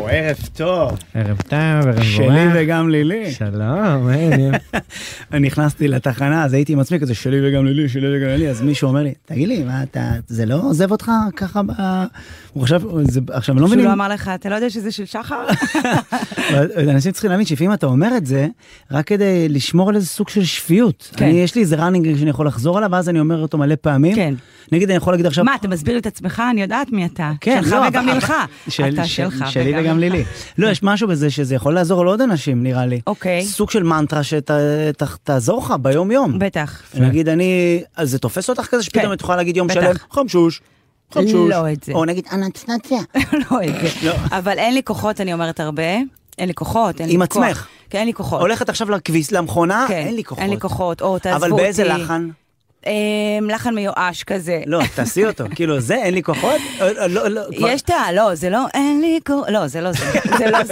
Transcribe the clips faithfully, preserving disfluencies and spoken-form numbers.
וואו, ערב טוב. ערב טוב, ערב מבורך. שלי וגם לילי. שלום, מעניין. אני נכנסתי לתחנה, אז הייתי עם עצמי כזה, שלי וגם לילי, שלי וגם לילי, אז מישהו אומר לי, תגיד לי, מה אתה, זה לא עוזב אותך ככה, הוא חושב, עכשיו לא מבינים. שהוא לא אמר לך, אתה לא יודע שזה של שחר? אנשים צריכים להאמין שאם אתה אומר את זה, רק כדי לשמור על איזה סוג של שפיות. יש לי איזה ראנינג שאני יכול לחזור עליו, ואז אני אומר אותו מלא פעמים. כן. נגיד, אני יכול להגיד עכשיו... מה, אתה מסביר לי את עצמך? אני יודעת מי אתה. כן, שלך לא, וגם אבל... לך. של, אתה של, שלך שלי וגם, וגם לילי. לא, יש משהו בזה שזה יכול לעזור לעוד אנשים, נראה לי. אוקיי. סוג של מנטרה שתעזור לך ביום יום. בטח. נגיד, אני... אז זה תופס אותך כזה שפתאום את יכולה להגיד יום שלם, חמשוש. חמשוש. לא את זה. או נגיד, אנצנציה. לא את זה. אבל אין לי כוחות, אני אומרת הרבה. אין לי כוחות, אין לי כוח. עם עצמך. כן, אין לי כוחות. הולכת עכשיו לכביס, למכונה, אין לי כוחות. אין לי כוחות, או תעזבו אותי. אבל באיזה לחן? לחן מיואש כזה. לא, תעשי אותו. כאילו, זה, אין לי כוחות? יש תא, לא, זה לא, אין לי כוחות. לא, זה לא זה. זה לא זה.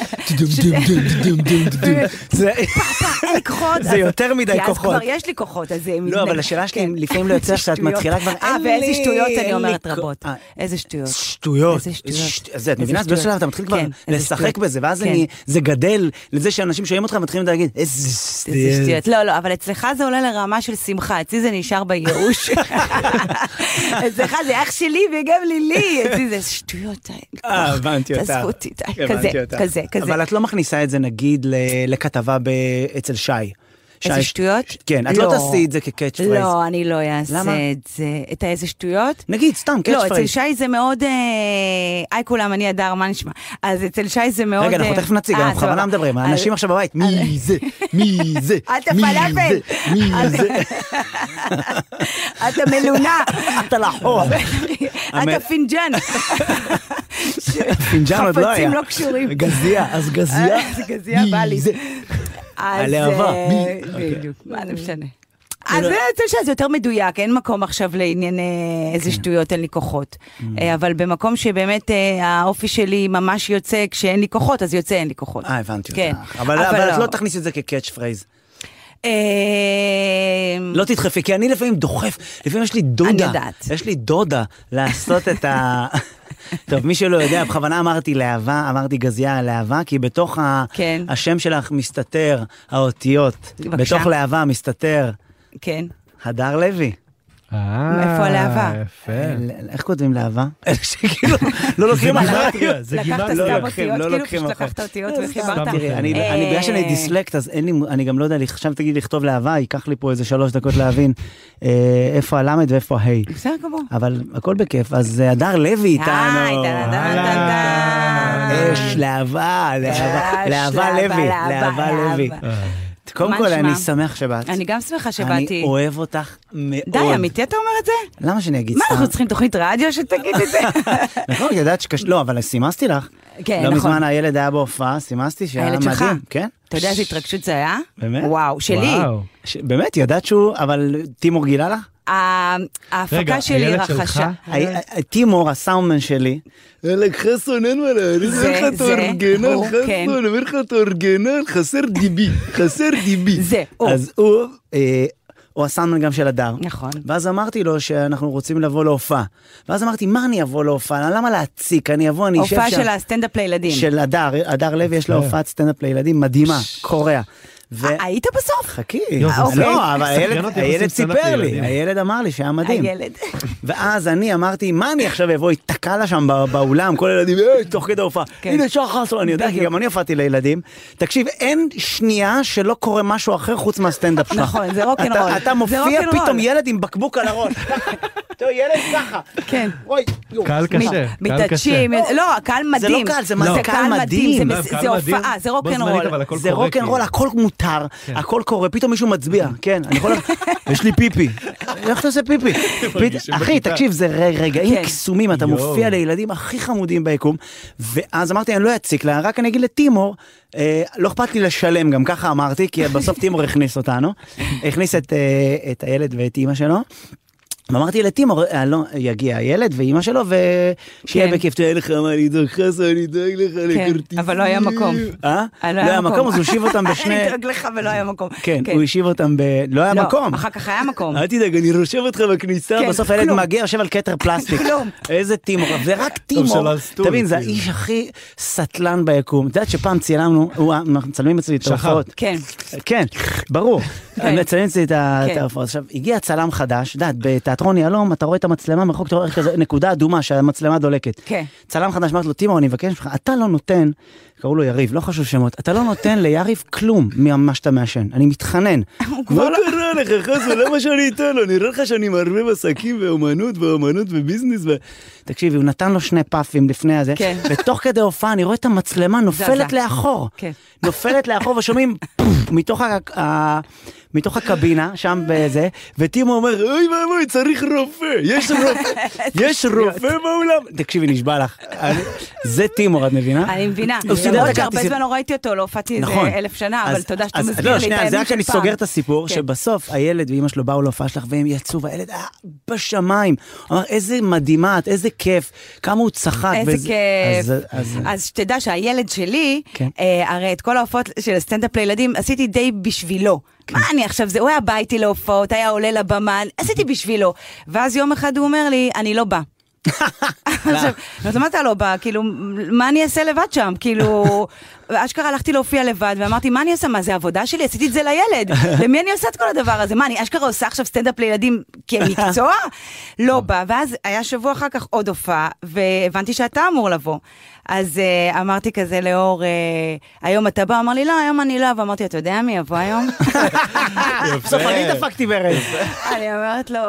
אין לי כוחות. זה יותר מדי כוחות. כי אז כבר יש לי כוחות, אז זה... לא, אבל השאלה שלי, לפעמים לא יוצא שאת מתחילה כבר... אה, ואיזה שטויות אני אומרת רבות. איזה שטויות. שטויות. אז את מבינה, בשלב אתה מתחיל כבר לשחק בזה, ואז זה גדל לזה שאנשים שומעים אותך מתחילים להגיד, איזה שטויות. לא, לא, אבל אצלך זה עולה לרמה של שמחה, אצלי זה נשאר בייאוש. אצלך זה אח שלי וגם לילי, אצלי זה שטויות. אה, הבנתי אותך. תעזבו אותי, כזה, כזה, כזה. אבל את לא מכניסה את זה נגיד לכתבה אצל שי. איזה שטויות? כן, את לא תעשי את זה כקאץ' פרייז. לא, אני לא אעשה את זה. את איזה שטויות? נגיד, סתם, קאץ' פרייז. לא, אצל שי זה מאוד... היי כולם, אני הדר, מה נשמע? אז אצל שי זה מאוד... רגע, אנחנו תכף נציג, אנחנו בכוונה מדברים. האנשים עכשיו בבית, מי זה? מי זה? אתה פלאפל. מי זה? אתה מלונה. אתה לחור. אתה פינג'ן. פינג'ן עוד לא היה. חפצים לא קשורים. גזייה, אז גזייה. גזייה בא לי. הלהבה. בדיוק, מה זה משנה. אז זה יותר מדויק, אין מקום עכשיו לעניין איזה שטויות, אין לי כוחות. אבל במקום שבאמת האופי שלי ממש יוצא, כשאין לי כוחות, אז יוצא אין לי כוחות. אה, הבנתי אותך. אבל את לא תכניס את זה כקאץ' פרייז. לא תדחפי, כי אני לפעמים דוחף, לפעמים יש לי דודה. אני יודעת. יש לי דודה לעשות את ה... טוב, מי שלא יודע, בכוונה אמרתי להבה, אמרתי גזייה להבה, כי בתוך השם שלך מסתתר האותיות. בתוך להבה מסתתר. כן. הדר לוי. איפה הלהבה? איך כותבים להבה? שכאילו, לא לוקחים אחריות. לקחת סתם אותיות, כאילו פשוט לקחת אותיות וחיברת. אני בגלל שאני דיסלקט, אז אני גם לא יודע, עכשיו תגיד לכתוב להבה, ייקח לי פה איזה שלוש דקות להבין איפה הלמד ואיפה ההי. בסדר גמור. אבל הכל בכיף, אז הדר לוי איתנו. יש להבה, להבה לוי, להבה לוי. קודם כל, אני שמח שבאת. אני גם שמחה שבאתי. אני אוהב אותך מאוד. די, אמיתי אתה אומר את זה? למה שאני אגיד? מה, אנחנו צריכים תוכנית רדיו שתגיד את זה? נכון, ידעת שקש... לא, אבל סימסתי לך. כן, נכון. לא מזמן הילד היה בהופעה, סימסתי שהיה מדהים. הילד שלך? כן. אתה יודע איזה התרגשות זה היה? באמת? וואו, שלי. באמת, ידעת שהוא, אבל טימור גילה לך? ההפקה שלי רכשה. טימור, הסאונדמן שלי, אלק חסון, אין מה לה, אני אומר לך תורגנל, חסון, אומר לך תורגנל, חסר דיבי, חסר דיבי. זה, אז הוא, הוא הסאונדמן גם של הדר. נכון. ואז אמרתי לו שאנחנו רוצים לבוא להופעה. ואז אמרתי, מה אני אבוא להופעה? למה להציק? אני אבוא, אני אשב שם. הופעה של הסטנדאפ לילדים. של הדר, הדר לוי יש לה הופעת סטנדאפ לילדים מדהימה, קוריאה. היית בסוף? חכי. לא, אבל הילד סיפר לי, הילד אמר לי שהיה מדהים. הילד. ואז אני אמרתי, מה אני עכשיו אבוא, יתקע לה שם באולם, כל הילדים, תוך כדי הופעה, הנה שחס, אני יודע, כי גם אני הופעתי לילדים. תקשיב, אין שנייה שלא קורה משהו אחר חוץ מהסטנדאפ שלך. נכון, זה רוק'נ'רול. אתה מופיע פתאום ילד עם בקבוק על הראש. טוב, ילד ככה. כן. קהל קשה. מתעדשים, לא, קהל מדהים. זה לא קהל, זה קהל מדהים. זה הופעה, זה רוק'נ'רול. זה רוק'נ'רול, הכל מותר, הכל קורה, פתאום מישהו מצביע, כן, אני יכול... יש לי פיפי. איך אתה עושה פיפי? אחי, תקשיב, זה רגעים קסומים, אתה מופיע לילדים הכי חמודים ביקום, ואז אמרתי, אני לא אציק לה, רק אני אגיד לטימור, לא אכפת לי לשלם, גם ככה אמרתי, כי בסוף טימור הכניס אותנו, הכניס את הילד ואת אמא שלו, ואמרתי לטימור, יגיע הילד ואימא שלו, ושיהיה בכיף, תהיה לך מה לדאוג חסה, אני דואג לך לכרטיסים. אבל לא היה מקום. אה? לא היה מקום, אז הוא השיב אותם בשני... אני דואג לך ולא היה מקום. כן, הוא השיב אותם ב... לא היה מקום. אחר כך היה מקום. אל תדאג, אני רושב אותך בכניסה, בסוף הילד מגיע, יושב על קטר פלסטיק. איזה טימור, ורק טימור. תבין, זה האיש הכי סטלן ביקום. אתה יודעת שפעם צילמנו, אנחנו מצלמים אצלי את ההופעות. כן. כן, ברור. מצלמים אצלי את ההופעות. עכשיו, הגיע צלם חדש, יודעת, בתיאטרון יהלום, אתה רואה את המצלמה מרחוק, אתה רואה כזה נקודה אדומה שהמצלמה דולקת. כן. צלם חדש, אמרת לו, טימור, אני מבקש ממך, אתה לא נותן, קראו לו יריב, לא חשוב שמות, אתה לא נותן ליריב כלום ממה שאתה מעשן. אני מתחנן. מה קרה לך, חס, ולמה שאני אתן לו? נראה לך שאני מערבב עסקים ואומנות ואומנות וביזנס ו... תקשיבי, הוא נתן לו שני פאפים לפני הזה, ותוך כדי הופעה אני רואה את המצלמה נופלת לאחור. נופלת לאחור ושומעים מתוך ה... מתוך הקבינה, שם בזה, וטימו אומר, אוי ואבוי, צריך רופא, יש רופא, יש רופא באולם. תקשיבי, נשבע לך. זה טימו, את מבינה? אני מבינה. למרות שהרבה זמן לא ראיתי אותו, לא הופעתי איזה אלף שנה, אבל תודה שאתה מסביר לי את הימים של פעם. זה רק שאני סוגר את הסיפור, שבסוף הילד ואמא שלו באו להופעה שלך, והם יצאו, והילד היה בשמיים. הוא אמר, איזה מדהימה, איזה כיף, כמה הוא צחק. איזה כיף. אז שתדע שהילד שלי, הרי את כל ההופעות של הסטנדאפ לילדים, עשיתי די בשבילו. מה אני עכשיו, זה, הוא היה בא איתי להופעות, היה עולה לבמה, עשיתי בשבילו. ואז יום אחד הוא אומר לי, אני לא בא. עכשיו, מה אתה לא בא? כאילו, מה אני אעשה לבד שם? כאילו, אשכרה הלכתי להופיע לבד, ואמרתי, מה אני אעשה? מה, זה עבודה שלי? עשיתי את זה לילד. למי אני עושה את כל הדבר הזה? מה, אני אשכרה עושה עכשיו סטנדאפ לילדים כמקצוע? לא בא. ואז היה שבוע אחר כך עוד הופעה, והבנתי שאתה אמור לבוא. אז uh, אמרתי כזה לאור, uh, היום אתה בא? אמר לי, לא, היום אני לא. ואמרתי, אתה יודע מי יבוא היום? בסוף אני דפקתי ברז. אני אומרת לו...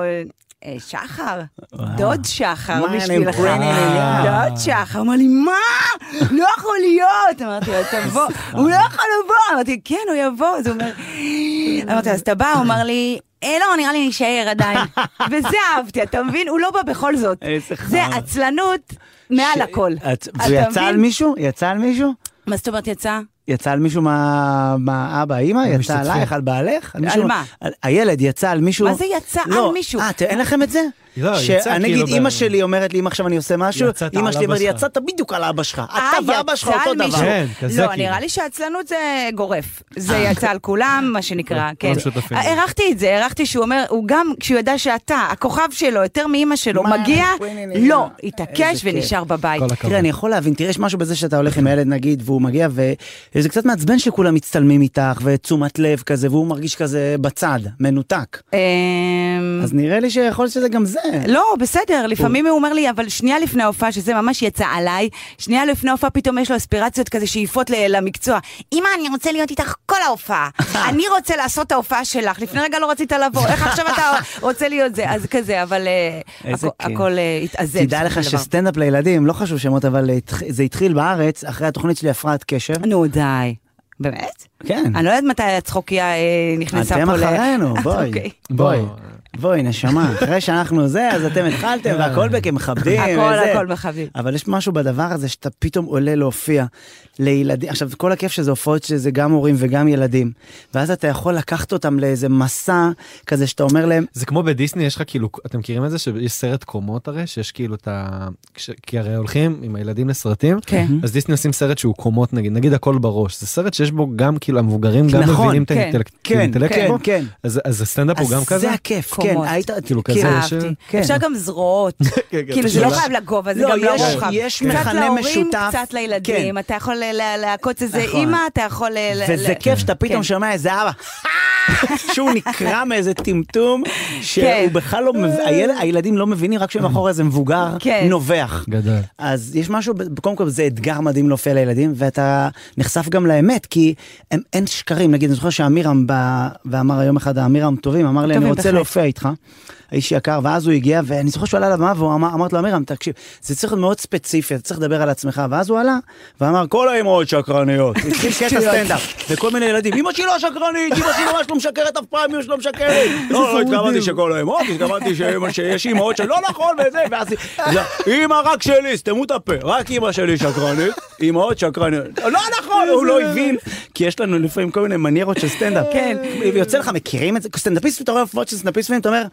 שחר, דוד שחר בשבילכם, דוד שחר, אמר לי, מה? לא יכול להיות, אמרתי לו, תבוא, הוא לא יכול לבוא, אמרתי, כן, הוא יבוא, אז הוא אומר, אמרתי, אז אתה בא, הוא אמר לי, לא, נראה לי נשאר עדיין, וזה אהבתי, אתה מבין? הוא לא בא בכל זאת, זה עצלנות מעל הכל. זה יצא על מישהו? יצא על מישהו? מה זאת אומרת יצא? יצא על מישהו מהאבא, האמא? יצא עלייך, על בעלך? על מה? הילד יצא על מישהו... מה זה יצא על מישהו? אה, אין לכם את זה? לא, יצא כאילו... נגיד, אמא שלי אומרת לי, אם עכשיו אני עושה משהו, אמא שלי אומרת לי, יצאת בדיוק על אבא שלך. אתה ואבא שלך אותו דבר. כן, כזה לא, נראה לי שהעצלנות זה גורף. זה יצא על כולם, מה שנקרא. הערכתי את זה, הערכתי שהוא אומר, הוא גם, כשהוא ידע שאתה, הכוכב שלו, יותר מאמא שלו, מגיע, לא, התעקש ונשאר בבית. תראה, אני יכול להבין, תראה, יש משהו בזה שאתה הולך עם הילד, נגיד, והוא מגיע, וזה קצת מעצבן שכולם מצטלמים איתך, ותשומת לב כזה, והוא מרגיש כזה בצד, מנותק. אז נראה לי שיכול שזה גם זה. לא, בסדר, לפעמים הוא אומר לי, אבל שנייה לפני ההופעה, שזה ממש יצא עליי, שנייה לפני ההופעה פתאום יש לו אספירציות כזה שאיפות למקצוע. אמא, אני רוצה להיות איתך כל ההופעה. אני רוצה לעשות את ההופעה שלך. לפני רגע לא רצית לבוא. איך עכשיו אתה רוצה להיות זה? אז כזה, אבל הכל התאזן. תדע לך שסטנדאפ לילדים, לא חשוב שמות, אבל זה התחיל בארץ, אחרי התוכנית שלי הפרעת קשב. נו, די. באמת? כן. אני לא יודעת מתי הצחוקיה נכנסה פה ל... אתם אחרינו, בואי. בואי. בואי, נשמה, אחרי שאנחנו זה, אז אתם התחלתם, והכל בכם מכבדים. הכל, הכל מכבדים. אבל יש משהו בדבר הזה, שאתה פתאום עולה להופיע לילדים. עכשיו, כל הכיף שזה הופעות שזה גם הורים וגם ילדים. ואז אתה יכול לקחת אותם לאיזה מסע, כזה שאתה אומר להם... זה כמו בדיסני, יש לך כאילו, אתם מכירים את זה, שיש סרט קומות הרי, שיש כאילו את ה... כי הרי הולכים עם הילדים לסרטים, אז דיסני עושים סרט שהוא קומות, נגיד, נגיד הכל בראש. זה סרט שיש בו גם כאילו המבוגרים גם מבינים את האינטלקט בו. אז הסטנדאפ הוא גם כזה. זה הכיף. כן, היית, כאילו כזה ש... אפשר גם זרועות, כאילו זה לא חייב לגובה, זה גם לא רוחב. יש מכנה משותף. קצת לילדים, אתה יכול להקוץ איזה אימא, אתה יכול... וזה כיף שאתה פתאום שומע איזה אבא, שהוא נקרא מאיזה טמטום, שהוא בכלל לא, הילדים לא מבינים, רק שמאחור איזה מבוגר נובח. אז יש משהו, קודם כל זה אתגר מדהים להופיע לילדים, ואתה נחשף גם לאמת, כי אין שקרים, נגיד, אני זוכר שאמירם בא, ואמר היום אחד, האמירם טובים, אמר לי, אני רוצה להופיע איתך, האיש יקר, ואז הוא הגיע, ואני זוכר שהוא עלה לבמה, והוא אמר, אמרת לו, אמירם, תקשיב, זה צריך להיות מאוד ספציפי, אתה צריך לדבר על עצמך, ואז הוא עלה, ואמר, כל האמהות שקרניות, התחיל קטע סטנדאפ, וכל מיני ילדים, אמא שלי לא שקרנית, אמא שלי ממש לא משקרת אף פעם, אמא שלי לא משקרת, לא, לא, התכוונתי שכל האמהות, התכוונתי שיש אמהות שלא נכון, וזה, ואז, אמא רק שלי, סתמו את הפה, רק אמא שלי שקרנית, אמהות שקרניות, לא נכון, הוא לא הבין, כי יש לנו לפעמים כל מיני מניירות של סטנדאפ, כן, ויוצא לך, מכירים את זה, סטנדאפיסט, אתה רואה הופעות של סטנדאפיסטים, אתה אומר,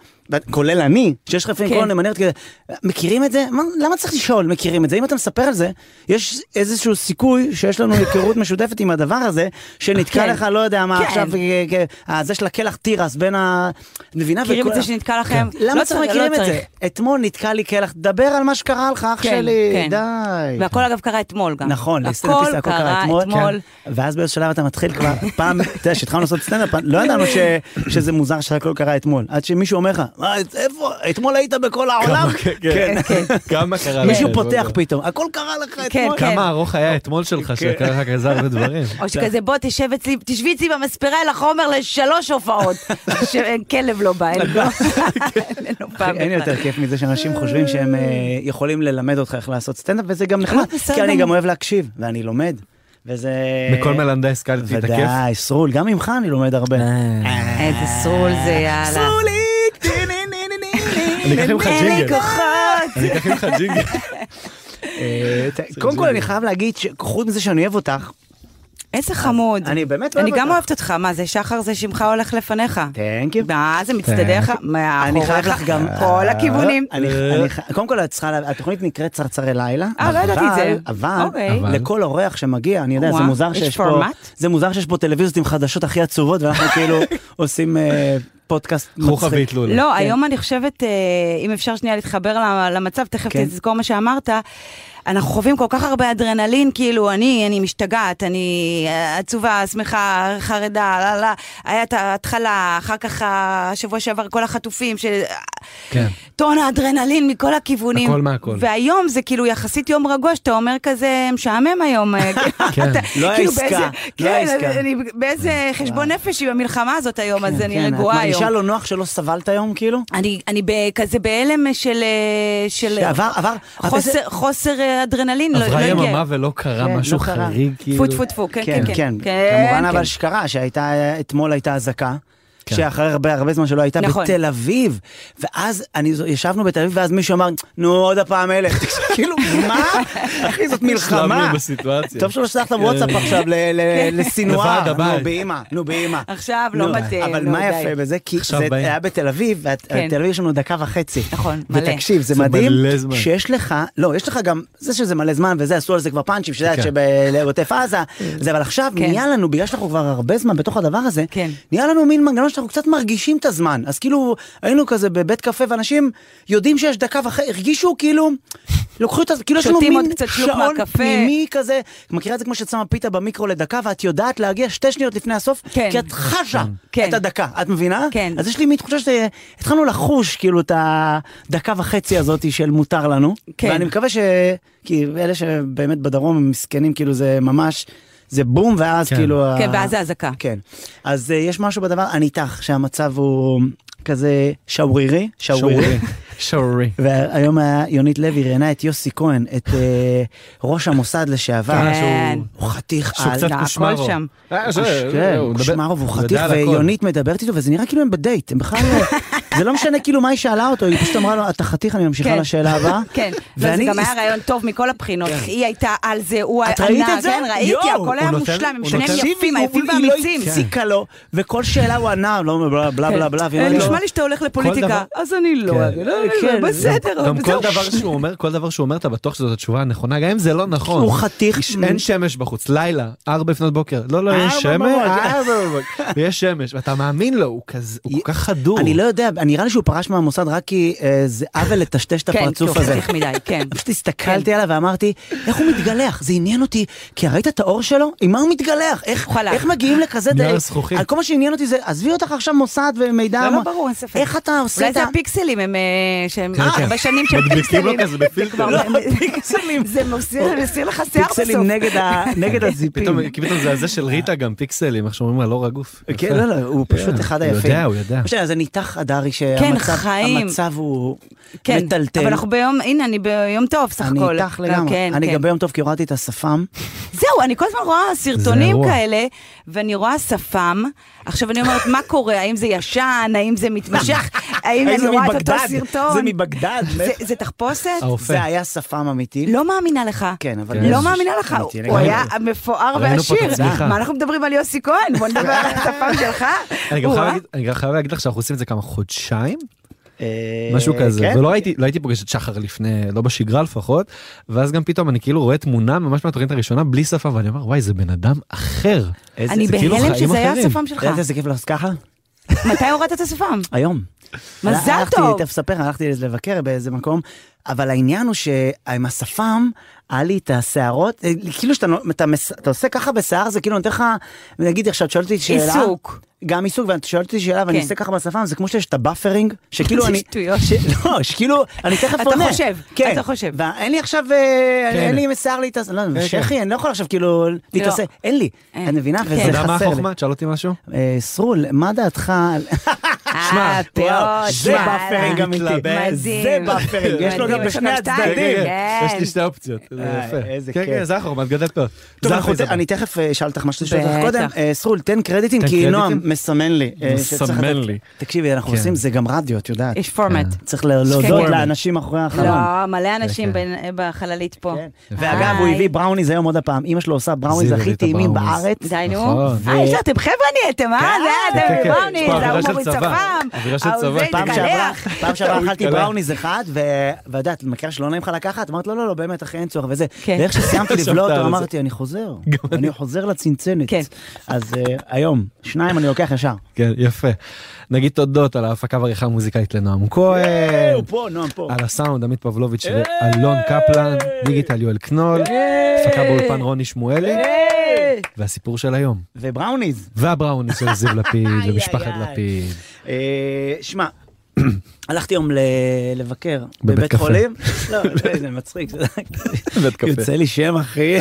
כולל אני, שיש לך לפעמים כל מיני מנהרת כזה, מכירים את זה? למה צריך לשאול, מכירים את זה? אם אתה מספר על זה, יש איזשהו סיכוי שיש לנו היכרות משותפת עם הדבר הזה, שנתקע לך, לא יודע מה עכשיו, זה של הכלח טירס בין ה... מבינה? מכירים את זה שנתקע לכם? למה צריך מכירים את זה? אתמול נתקע לי כלח, דבר על מה שקרה לך, אח שלי, די. והכל אגב קרה אתמול גם. נכון, הכל קרה אתמול. ואז באיזה שלב אתה מתחיל כבר, פעם, אתה יודע, שהתחלנו לעשות סטנדאפ, לא ידענו שזה מוזר שהכל קרה אתמול. עד שמישהו אומר לך, איפה? אתמול היית בכל העולם? כן, כמה קרה? מישהו פותח פתאום, הכל קרה לך אתמול. כמה ארוך היה אתמול שלך, שקרה לך כזה הרבה דברים. או שכזה, בוא תשבי אצלי במספרה אל החומר לשלוש הופעות, שכלב לא בא, אין יותר כיף מזה שאנשים חושבים שהם יכולים ללמד אותך איך לעשות סטנדאפ, וזה גם נחמד, כי אני גם אוהב להקשיב, ואני לומד. וזה... מכל מלמדי השכלתי את הכיף. ודאי, סרול, גם ממך אני לומד הרבה. איזה סרול זה, יאללה. סרוליק, אני אקח ממך ג'ינגל. אני אקח ממך ג'ינגל. קודם כל אני חייב להגיד שחוץ מזה שאני אוהב אותך, איזה חמוד. אני באמת אוהב אותך. אני גם אוהבת אותך. מה זה, שחר זה שמך הולך לפניך. תנק יו. מה זה מצטדך? אני חייב לך גם... כל הכיוונים. קודם כל, התוכנית נקראת צרצרי לילה. אה, לא ידעתי את זה. אבל לכל אורח שמגיע, אני יודע, זה מוזר שיש פה... זה מוזר שיש פה טלוויזיות עם חדשות הכי עצובות, ואנחנו כאילו עושים... פודקאסט מצחיק. לא, היום אני חושבת, אם אפשר שנייה להתחבר למצב, תכף תזכור מה שאמרת, אנחנו חווים כל כך הרבה אדרנלין, כאילו אני, אני משתגעת, אני עצובה, שמחה, חרדה, לא, לא, היה את ההתחלה, אחר כך השבוע שעבר כל החטופים, של... כן. טון האדרנלין מכל הכיוונים. הכל מהכל. והיום זה כאילו יחסית יום רגוע, שאתה אומר כזה, משעמם היום. כן. לא היה עסקה. כן, אני באיזה חשבון נפש עם המלחמה הזאת היום, אז אני רגועה היום. מרגישה לא נוח שלא סבלת היום, כאילו? אני כזה בהלם של... עבר, עבר. חוסר אדרנלין. עברה יממה ולא קרה משהו חריג, כאילו. פו, טפו, טפו, כן, כן, כן. כמובן אבל שקרה, שהייתה, אתמול הייתה הזקה. שאחרי הרבה הרבה זמן שלא הייתה בתל אביב, ואז ישבנו בתל אביב, ואז מישהו אמר, נו, עוד הפעם אלה, כאילו, מה? אחי, זאת מלחמה. טוב שלא שלחת וואטסאפ עכשיו לסינואר, נו באמא, נו באמא. עכשיו לא מתאים. אבל מה יפה בזה? כי זה היה בתל אביב, בתל אביב יש לנו דקה וחצי. נכון, מלא. ותקשיב, זה מדהים שיש לך, לא, יש לך גם, זה שזה מלא זמן, וזה עשו על זה כבר פאנצ'ים, שדעת שבעוטף עזה, אבל עכשיו נהיה לנו, בגלל שאנחנו כבר הרבה זמן בתוך הדבר הזה, נהיה לנו מין מנגנון שאנחנו קצת מרגישים את הזמן, אז כאילו היינו כזה בבית קפה, ואנשים יודעים שיש דקה וחצי, הרגישו כאילו, לוקחו את זה, כאילו יש לנו מין שעון פנימי כזה, מכירה את זה כמו שאת שמה פיתה במיקרו לדקה, ואת יודעת להגיע שתי שניות לפני הסוף, כי את חשה את הדקה, את מבינה? אז יש לי מי תחושה שהתחלנו לחוש כאילו את הדקה וחצי הזאת של מותר לנו, ואני מקווה ש... כי אלה שבאמת בדרום הם מסכנים, כאילו זה ממש... זה בום, ואז כאילו... כן, ואז זה הזקה. כן. אז יש משהו בדבר, אני איתך, שהמצב הוא כזה שעורירי, שעורירי. שעורירי. והיום יונית לוי ראיינה את יוסי כהן, את ראש המוסד לשעבר. כן. הוא חתיך שהוא קצת קושמרו. הוא קושמרו והוא חתיך, ויונית מדברת איתו, וזה נראה כאילו הם בדייט, הם בכלל... זה לא משנה כאילו מה היא שאלה אותו, היא פשוט אמרה לו, אתה חתיך, אני ממשיכה לשאלה הבאה. כן, זה גם היה רעיון טוב מכל הבחינות, היא הייתה על זה, הוא ענה, את ראית את זה? ראיתי, הכל היה מושלם, הם שניהם יפים, היפים והאמיצים. היא לא הפסיקה לו, וכל שאלה הוא ענה, לא בלה בלה בלה. נשמע לי שאתה הולך לפוליטיקה, אז אני לא, בסדר. גם כל דבר שהוא אומר, כל דבר שהוא אומר, אתה בטוח שזאת התשובה הנכונה, גם אם זה לא נכון. הוא חתיך. אין שמש בחוץ, לילה, ארבע לפנות בוקר. לא, לא, יש שמש, יש שמש, ואתה מאמין לו, הוא כל כך חדור. אני לא יודע, נראה לי שהוא פרש מהמוסד רק כי זה עוול לטשטש את הפרצוף הזה. כן, פשוט הסתכלתי עליו ואמרתי, איך הוא מתגלח? זה עניין אותי, כי ראית את האור שלו? עם מה הוא מתגלח? איך מגיעים לכזה דרך? על כל מה שעניין אותי זה, עזבי אותך עכשיו מוסד ומידע. לא, לא ברור, אין ספק. איך אתה עושה את ה... אולי זה הפיקסלים, הם בשנים של פיקסלים. זה מסיר לך שיער בסוף. פיקסלים נגד הזיפים. כי פתאום זה הזה של ריטה גם פיקסלים, איך שאומרים לה, לא רגוף. כן, לא, לא, הוא פשוט אחד היפים. הוא יודע, הוא יודע. זה ניתח אדרי שהמצב הוא מטלטל. אבל אנחנו ביום, הנה, אני ביום טוב, סך הכל. אני איתך לגמרי. אני גם ביום טוב כי הורדתי את השפם. זהו, אני כל הזמן רואה סרטונים כאלה, ואני רואה שפם. עכשיו אני אומרת, מה קורה? האם זה ישן? האם זה מתמשך? האם אני רואה את אותו סרטון? זה מבגדד. זה תחפושת? זה היה שפם אמיתי. לא מאמינה לך. כן, אבל... לא מאמינה לך. הוא היה מפואר ועשיר. מה אנחנו מדברים על יוסי כהן? בוא נדבר על השפם שלך. אני גם חייב להגיד לך שאנחנו עושים את זה כמה חודשיים, משהו כזה, ולא הייתי פוגש את שחר לפני, לא בשגרה לפחות, ואז גם פתאום אני כאילו רואה תמונה ממש מהתוכנית הראשונה בלי שפה, ואני אומר, וואי, זה בן אדם אחר. אני בהלם שזה היה השפם שלך. איזה כיף לעשות ככה? מתי הורדת את השפם? היום. מזל טוב. תכף ספר, הלכתי לבקר באיזה מקום, אבל העניין הוא שעם השפם, היה לי את השערות, כאילו שאתה עושה ככה בשיער, זה כאילו נותן לך, נגיד עכשיו, שואלת אותי שאלה. עיסוק. גם עיסוק, ואתה שואלת אותי שאלה, ואני עושה ככה בשפם, זה כמו שיש את הבאפרינג, שכאילו אני... שטויות. לא, שכאילו, אני תכף עונה. אתה חושב, אתה חושב. ואין לי עכשיו, אין לי שיער להתעסק, לא, שכי, אני לא יכול עכשיו כאילו להתעסק, אין לי. אני מבינה, וזה חסר לי. אתה יודע מה החוכמה? תשאל אותי משהו? סרול, מה דעתך? שמע, זה באפרינג אמיתי. זה באפרינג, יש לו גם בשני הצדדים. יש לי שתי אופציות, זה יפה. איזה כיף. כן, זה החוכמה, את גדלת פה. אני תכף אשאל אותך מה שתשאל אותך קודם. סרול, תן קרדיטים, כי נועם מסמן לי. מסמן לי. תקשיבי, אנחנו עושים, זה גם רדיו, את יודעת. יש פורמט. צריך להודות לאנשים אחרי החלום. לא, מלא אנשים בחללית פה. ואגב, הוא הביא בראוניז היום עוד הפעם. אמא שלו עושה בראוניז הכי טעימים בארץ. די, נו. אה, יש לכם חבר'ה נהייתם, אה? זה אתם בראוניז, ההוא מוריד שפם. פעם שעברה אכלתי בראוניז אחד, ויודעת, מכירה שלא נעים לך לקחת? אמרת, לא, לא, לא, באמת, אחרי אין צורך וזה. ואיך שסיימתי לבלוט, אמרתי, אני חוזר. אני חוזר לצנצנת. אז היום, שניים אני לוקח ישר. כן, יפה. נגיד תודות על ההפקה והעריכה המוזיקלית לנועם כהן. הוא פה, נועם פה. על הסאונד, עמית פבלוביץ' ואלון קפלן, דיגיטל יואל קנול, הפקה באולפן רוני שמואלי, והסיפור של היום. ובראוניז. והבראוניז של זיו לפיד, ומשפחת לפיד. שמע, הלכתי היום לבקר בבית חולים. לא, זה מצחיק. יוצא לי שם אחי.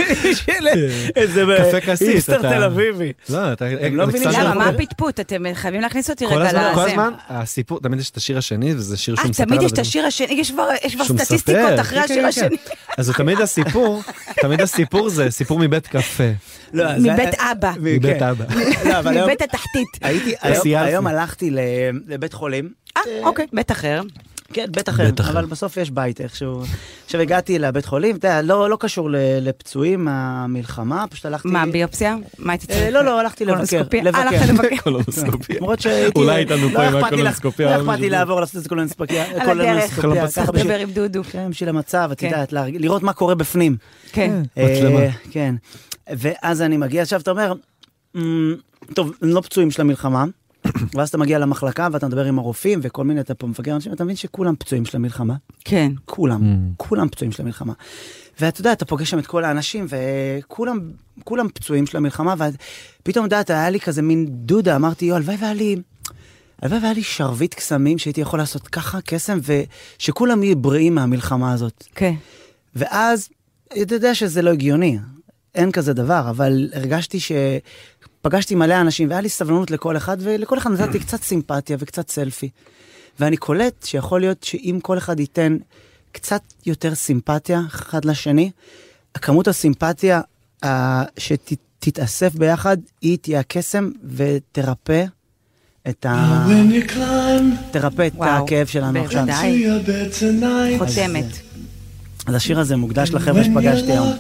איזה איסטר תל אביבי. לא, אתה... למה, מה הפטפוט? אתם חייבים להכניס אותי רגע לזה. כל הזמן, הסיפור, תמיד יש את השיר השני, וזה שיר שהוא מספר. תמיד יש את השיר השני, יש כבר סטטיסטיקות אחרי השיר השני. אז זה תמיד הסיפור, תמיד הסיפור זה סיפור מבית קפה. מבית אבא. מבית אבא. מבית התחתית. היום הלכתי לבית חולים. אה, אוקיי, בית אחר. כן, בית אחר, אבל בסוף יש בית איכשהו. עכשיו הגעתי לבית חולים, אתה יודע, לא קשור לפצועים מהמלחמה, פשוט הלכתי... מה, ביופסיה? מה הייתי צריך? לא, לא, הלכתי לבקר. הלכת לבקר. קולונוסקופיה. למרות שהייתי... אולי הייתנו פה עם הקולונוסקופיה. לא אכפתי לעבור לעשות את זה קולונוסקופיה. על הדרך, צריך לדבר עם דודו. כן, בשביל המצב, את יודעת, לראות מה קורה בפנים. כן. כן. ואז אני מגיע, עכשיו אתה אומר, טוב, לא פצועים של המלחמה, ואז אתה מגיע למחלקה ואתה מדבר עם הרופאים וכל מיני, אתה פה מפגר אנשים, אתה מבין שכולם פצועים של המלחמה? כן. כולם, כולם פצועים של המלחמה. ואתה יודע, אתה פוגש שם את כל האנשים, וכולם כולם פצועים של המלחמה, ופתאום יודעת, היה לי כזה מין דודה, אמרתי, יו, הלוואי והיה לי, הלוואי והיה לי שרבית קסמים, שהייתי יכול לעשות ככה קסם, ושכולם יהיו בריאים מהמלחמה הזאת. כן. ואז, אתה יודע שזה לא הגיוני, אין כזה דבר, אבל הרגשתי ש... פגשתי מלא אנשים, והיה לי סבלנות לכל אחד, ולכל אחד נתתי קצת סימפתיה וקצת סלפי. ואני קולט שיכול להיות שאם כל אחד ייתן קצת יותר סימפתיה אחד לשני, הכמות הסימפתיה uh, שתתאסף ביחד, היא תהיה הקסם ותרפא את ה... תרפא את הכאב שלנו עכשיו. בוודאי. חותמת. אז השיר הזה מוקדש לחבר'ה שפגשתי היום.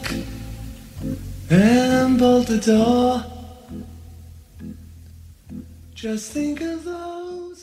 And bolt the door. Just think of those.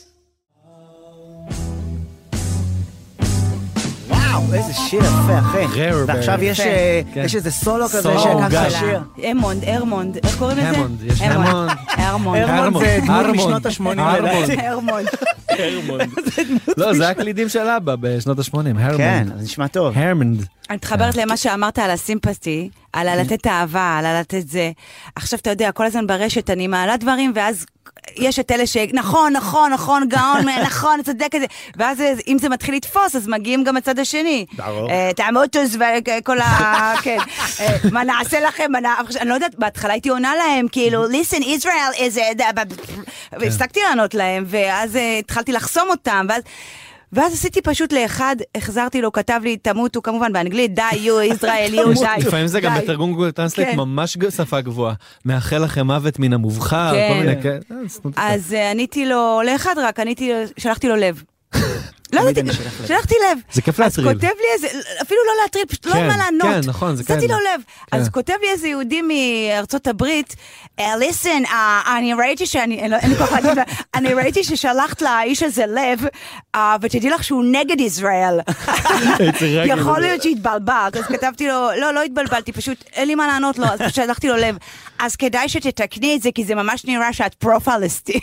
וואו, איזה שיר יפה, אחי. ועכשיו יש איזה סולו כזה שככה שיר. אמונד, ארמונד, איך קוראים לזה? המונד, יש המונד. ארמונד. ארמונד זה דמות משנות ה-שמונים. ארמונד. לא, זה הקלידים של אבא בשנות ה-שמונים, הרמונד. כן, זה נשמע טוב. הרמונד. אני מתחברת למה שאמרת על הסימפסטי, על לתת אהבה, על לתת זה. עכשיו אתה יודע, כל הזמן ברשת אני מעלה דברים, ואז יש את אלה ש... נכון, נכון, נכון, גאון, נכון, צודק כזה. ואז אם זה מתחיל לתפוס, אז מגיעים גם הצד השני. תעמוטוס וכל ה... כן. מה נעשה לכם? אני לא יודעת, בהתחלה הייתי עונה להם, כאילו, listen, Israel is... והפסקתי לענות להם, ואז התחלתי לחסום אותם, ואז... ואז עשיתי פשוט לאחד, החזרתי לו, כתב לי, תמותו כמובן באנגלית, די, יו, ישראל, יו, די. לפעמים זה גם בתרגום גוגל טרנסלייט ממש שפה גבוהה. מאחל לכם מוות מן המובחר, כל מיני כאלה. אז עניתי לו, לאחד רק, שלחתי לו לב. לא יודעת, שלחתי לב. זה כיף להטריל. אז כותב לי איזה, אפילו לא להטריל, פשוט לא מה לענות. כן, נכון, זה כן. עשיתי לו לב. אז כותב לי איזה יהודי מארצות הברית, listen, אני ראיתי שאני, אין לי כוח להגיד, אני ראיתי ששלחת לאיש הזה לב, ותדעי לך שהוא נגד ישראל. יכול להיות שהתבלבלת, אז כתבתי לו, לא, לא התבלבלתי, פשוט אין לי מה לענות לו, אז שלחתי לו לב. אז כדאי שתתקני את זה, כי זה ממש נראה שאת פרו-פלסטין.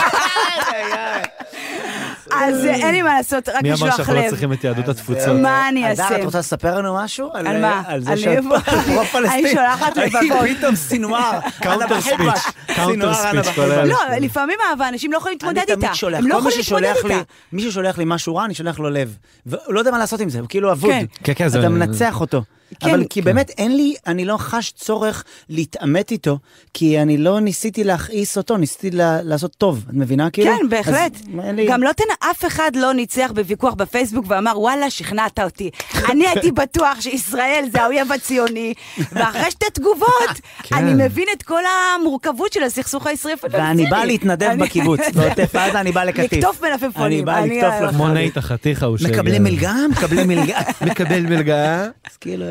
אז אין לי מה לעשות, רק לשלוח לב. מי אמר שאנחנו לא צריכים את יהדות התפוצות? מה אני אעשה? אדר, את רוצה לספר לנו משהו? על מה? על זה שאת פרו-פלסטין. אני שולחת לבבות. פתאום סינואר. קאונטר ספיץ'. קאונטר ספיץ'. לא, לפעמים אהבה, אנשים לא יכולים להתמודד איתה. אני תמיד שולח. הם לא יכולים להתמודד איתה. מי ששולח לי משהו רע, אני שולח לו לב. ולא יודע מה לעשות עם זה, הוא כאילו אבוד. כן, כן, אתה מנצח אותו. אבל כי באמת אין לי, אני לא חש צורך להתאמת איתו, כי אני לא ניסיתי להכעיס אותו, ניסיתי לעשות טוב, את מבינה כאילו? כן, בהחלט. גם לא תנא, אף אחד לא ניצח בוויכוח בפייסבוק ואמר, וואלה, שכנעת אותי. אני הייתי בטוח שישראל זה האויב הציוני, ואחרי שתי תגובות, אני מבין את כל המורכבות של הסכסוך הישראלי הפלסטיני. ואני בא להתנדב בקיבוץ, בעוטף עזה אני בא לקטיף. לקטוף מלפפונים. אני בא לקטוף לך. כמו נהית החתיכה הוא שגר. מקבלים מלגה? מקבלים מלגה. מקבל מלגה. אז כאילו,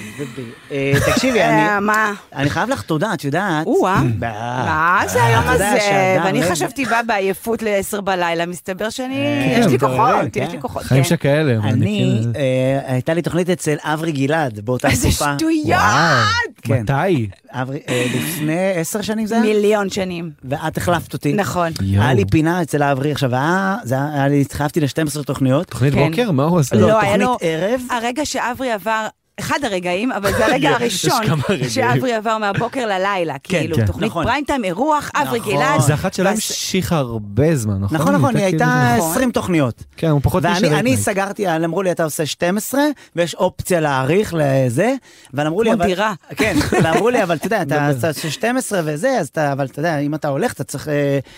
תקשיבי, אני חייב לך תודה, את יודעת. מה זה היום הזה? ואני חשבתי בא בעייפות לעשר בלילה, מסתבר שאני, יש לי כוחות, יש לי כוחות. חיים שכאלה. אני, הייתה לי תוכנית אצל אברי גלעד, באותה תקופה. איזה שטויות! מתי? לפני עשר שנים זה היה? מיליון שנים. ואת החלפת אותי. נכון. היה לי פינה אצל אברי, עכשיו היה לי, התחייבתי ל-שתים עשרה תוכניות. תוכנית בוקר? מה הוא עושה? לא, תוכנית ערב. הרגע שאברי עבר... אחד הרגעים, אבל זה הרגע הראשון שאברי עבר מהבוקר ללילה, כאילו, תוכנית פריים טיים, אירוח, אברי גלעד. זה אחת שלא המשיכה הרבה זמן, נכון? נכון, נכון, היא הייתה עשרים תוכניות. כן, הוא פחות משלט. ואני סגרתי, אמרו לי, אתה עושה שתים עשרה, ויש אופציה להאריך לזה, ואמרו לי, כמו דירה. כן, ואמרו לי, אבל אתה יודע, אתה עושה שתים עשרה וזה, אז אתה, אבל אתה יודע, אם אתה הולך, אתה צריך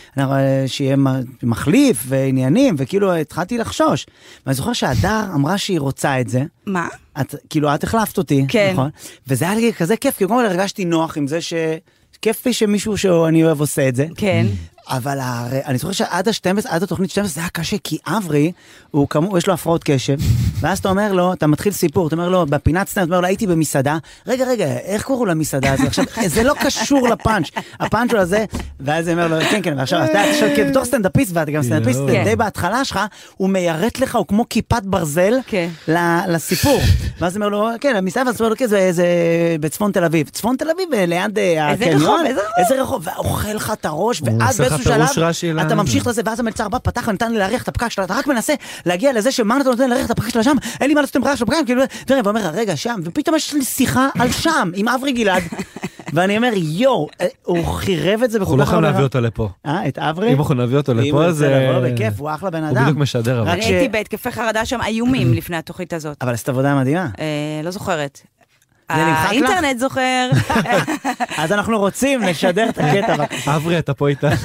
שיהיה מחליף ועניינים, וכאילו התחלתי לחשוש. ואני זוכר שהדר אמרה שהיא רוצה את זה. מה? את, כאילו, את החלפת אותי, כן. נכון? וזה היה לי כזה כיף, כי קודם כל הרגשתי נוח עם זה שכיף לי שמישהו שאני אוהב עושה את זה. כן. אבל הרי, אני זוכר שעד ה-שתים עשרה, עד התוכנית שתים עשרה, זה היה קשה, כי אברי, הוא כמו, יש לו הפרעות קשב, ואז אתה אומר לו, אתה מתחיל סיפור, אתה אומר לו, בפינת סטנד, אתה אומר לו, הייתי במסעדה, רגע, רגע, איך קוראו למסעדה הזאת? עכשיו, זה לא קשור לפאנץ', הפאנץ' הוא הזה, ואז הוא אומר לו, כן, כן, ועכשיו, אתה יודע, בתור סטנדאפיסט, ואתה גם סטנדאפיסט, די בהתחלה שלך, הוא מיירט לך, הוא כמו כיפת ברזל, לסיפור. ואז הוא אומר לו, כן, המסעדה, ואז הוא אומר לו, כן, זה בצפון תל אביב. צפון תל אביב, ליד הקניון, איזה רחוב, ואוכל לך את הראש, ואז שלב, אתה ממשיך לזה, ואז המלצר בא, פתח ונתן לי להריח את הפקק שלה, אתה רק מנסה להגיע לזה שמה אתה נותן להריח את הפקק שלה שם, אין לי מה לעשות עם הפקק שלה, כאילו, תראה, ואומר, רגע, שם, ופתאום יש לי שיחה על שם, עם אברי גלעד, ואני אומר, יו, הוא חירב את זה אנחנו לא יכולים להביא אותו לפה. אה, את אברי? אם אנחנו נביא אותו לפה, זה... בכיף, הוא אחלה בן אדם. הוא בדיוק משדר. אני הייתי בהתקפי חרדה שם איומים לפני התוכנית הזאת. אבל עשית עבודה מדהימה. לא זוכרת. זה נמחק לך? האינטרנט זוכר. אז אנחנו רוצים לשדר את הקטע. אברי, אתה פה איתה.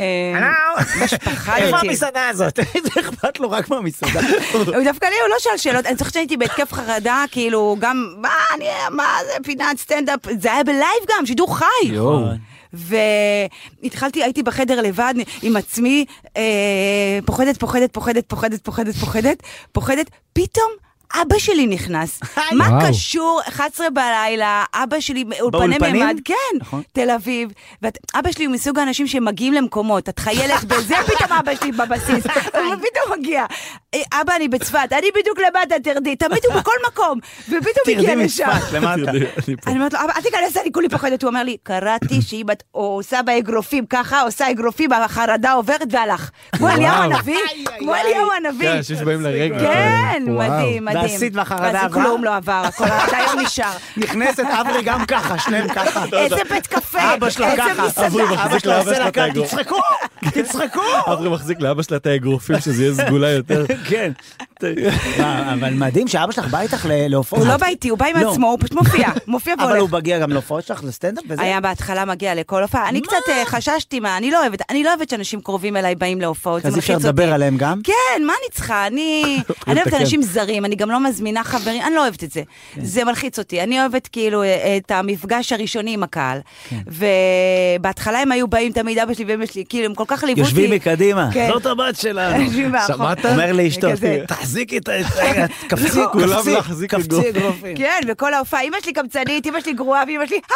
איפה המסעדה הזאת? זה אכפת לו רק מהמסעדה. הוא דווקא לי, הוא לא שאל שאלות. אני זוכרת שהייתי בהתקף חרדה, כאילו, גם, מה, אני, מה, זה פינת סטנדאפ, זה היה בלייב גם, שידור חי. והתחלתי, הייתי בחדר לבד עם עצמי, פוחדת, פוחדת, פוחדת, פוחדת, פוחדת, פוחדת, פוחדת, פתאום, אבא שלי נכנס. מה קשור? אחת עשרה בלילה, אבא שלי, אולפני מימד, כן, תל אביב. אבא שלי הוא מסוג האנשים שמגיעים למקומות, את חיילת בזה, פתאום אבא שלי בבסיס, ופתאום מגיע. אבא, אני בצפת, אני בדיוק למטה, תרדי, תמיד הוא בכל מקום, ופתאום הגיע לשם. אני אומרת לו, אבא, אל תיכנס, אני כולי פחדת. הוא אומר לי, קראתי שהיא עושה באגרופים ככה, עושה אגרופים, החרדה עוברת והלך. כמו אליהו הנביא, כמו אליהו הנביא. כן, שיש באים לרגע. כן, מדהים, מדהים. ועשית והחרדה עברה? כלום לא עבר, הכל היום נשאר. נכנסת אברי גם ככה, שניהם ככה. איזה בית קפה, אבא שלה ככה. אבא שלה עושה לה כאן, תצחקו, תצחקו. אברי מחזיק לאבא שלה את האגרופים, שזה יהיה סגולה יותר. כן. אבל מדהים שאבא שלך בא איתך להופעות. הוא לא בא איתי, הוא בא עם עצמו, הוא פשוט מופיע. מופיע והולך. אבל הוא מגיע גם להופעות שלך, לסטנדאפ וזה? היה בהתחלה מגיע לכל הופעה. אני קצת חששתי מה, אני לא אוהבת, אני לא אוהבת שאנשים קרובים אליי באים להופעות. אז אפשר לדבר עליהם גם? כן, מה אני צריכה? אני אוהבת אנשים זרים, אני גם גם לא מזמינה חברים, אני לא אוהבת את זה. זה מלחיץ אותי. אני אוהבת כאילו את המפגש הראשוני עם הקהל. ובהתחלה הם היו באים תמיד אבא שלי ואמא שלי, כאילו הם כל כך ליוו אותי. יושבים מקדימה, זאת הבת שלנו. שמעת? אומר לאשתו, תחזיקי את ה... קפצי, קפצי, קפצי אגרופים. כן, וכל ההופעה, אמא שלי קמצנית, אמא שלי גרועה, ואמא שלי...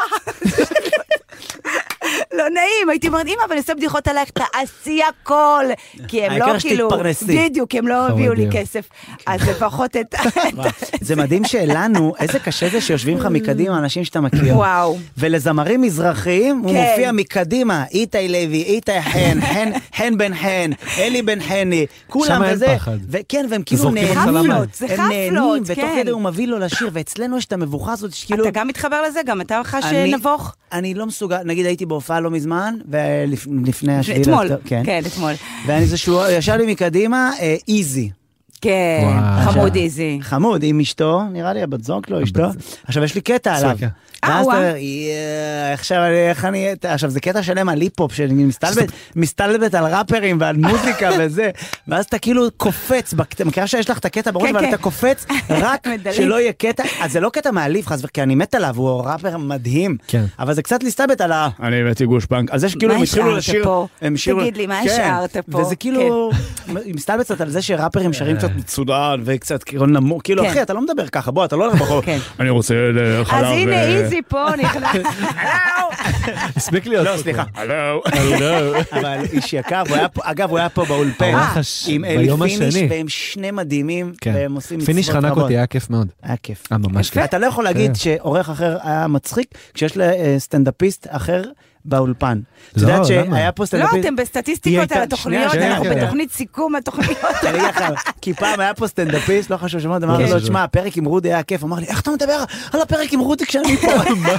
לא נעים, הייתי אומרת, אמא, אבל אני עושה בדיחות עלייך, תעשי הכל. כי הם לא כאילו... בדיוק, כי הם לא הביאו לי כסף. אז לפחות את... זה מדהים שלנו, איזה קשה זה שיושבים לך מקדימה, אנשים שאתה מכיר. וואו. ולזמרים מזרחיים, הוא מופיע מקדימה, איתי לוי, איתי חן, חן בן חן, אלי בן חני, כולם וזה. וכן, והם כאילו נהנים. זה חפלות, הם נהנים, ותוך כדי הוא מביא לו לשיר, ואצלנו יש את המבוכה הזאת, שכאילו... אתה גם מתחבר לזה? גם אתה חש נבוך? אני לא מסוגל, נגיד הייתי בהופעה לא מזמן, ולפני השביל... אתמול, כן, אתמול. ואני זה שהוא ישב לי מקדימה, איזי. כן, חמוד איזי. חמוד, עם אשתו, נראה לי הבת זוג לו, אשתו. עכשיו יש לי קטע עליו. ואז אתה אומר, עכשיו איך אני... עכשיו זה קטע שלם על היפ-הופ, שמסתלבט על ראפרים ועל מוזיקה וזה, ואז אתה כאילו קופץ, מכירה שיש לך את הקטע בראש, אבל אתה קופץ רק שלא יהיה קטע, אז זה לא קטע מעליב, כי אני מת עליו, הוא ראפר מדהים, אבל זה קצת להסתלבט על ה... אני הבאתי גושפנק, אז זה שכאילו הם התחילו לשיר... תגיד לי, מה השארת פה? וזה כאילו, מסתלבט קצת על זה שראפרים שרים קצת מצודן וקצת נמוך, כאילו אחי, אתה לא מדבר ככה, בוא, אתה לא הולך בחור, אני רוצה חלב... אז הנה איזי פה נכנס, הלו! הספיק להיות. לא, סליחה. הלו. אבל איש יקר, אגב, הוא היה פה באולפן, עם אלי פיניש, והם שני מדהימים, והם עושים מצוות רבות. פיניש חנק אותי, היה כיף מאוד. היה כיף. היה ממש כיף. אתה לא יכול להגיד שעורך אחר היה מצחיק, כשיש לסטנדאפיסט אחר, באולפן. את יודעת שהיה פה סטנדאפיסט... לא, אתם בסטטיסטיקות על התוכניות, אנחנו בתוכנית סיכום התוכניות. אני אגיד לך, כי פעם היה פה סטנדאפיסט, לא חשוב שמות, אמרתי לו, תשמע, הפרק עם רודי היה כיף, אמר לי, איך אתה מדבר על הפרק עם רודי כשאני פה?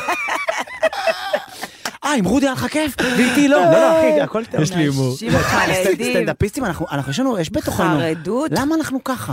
אה, עם רודי היה לך כיף? ואיתי לא. לא, לא, אחי, הכל טוב. יש לי הימור. סטנדאפיסטים, אנחנו חשבנו, יש בתוכנו. חרדות. למה אנחנו ככה?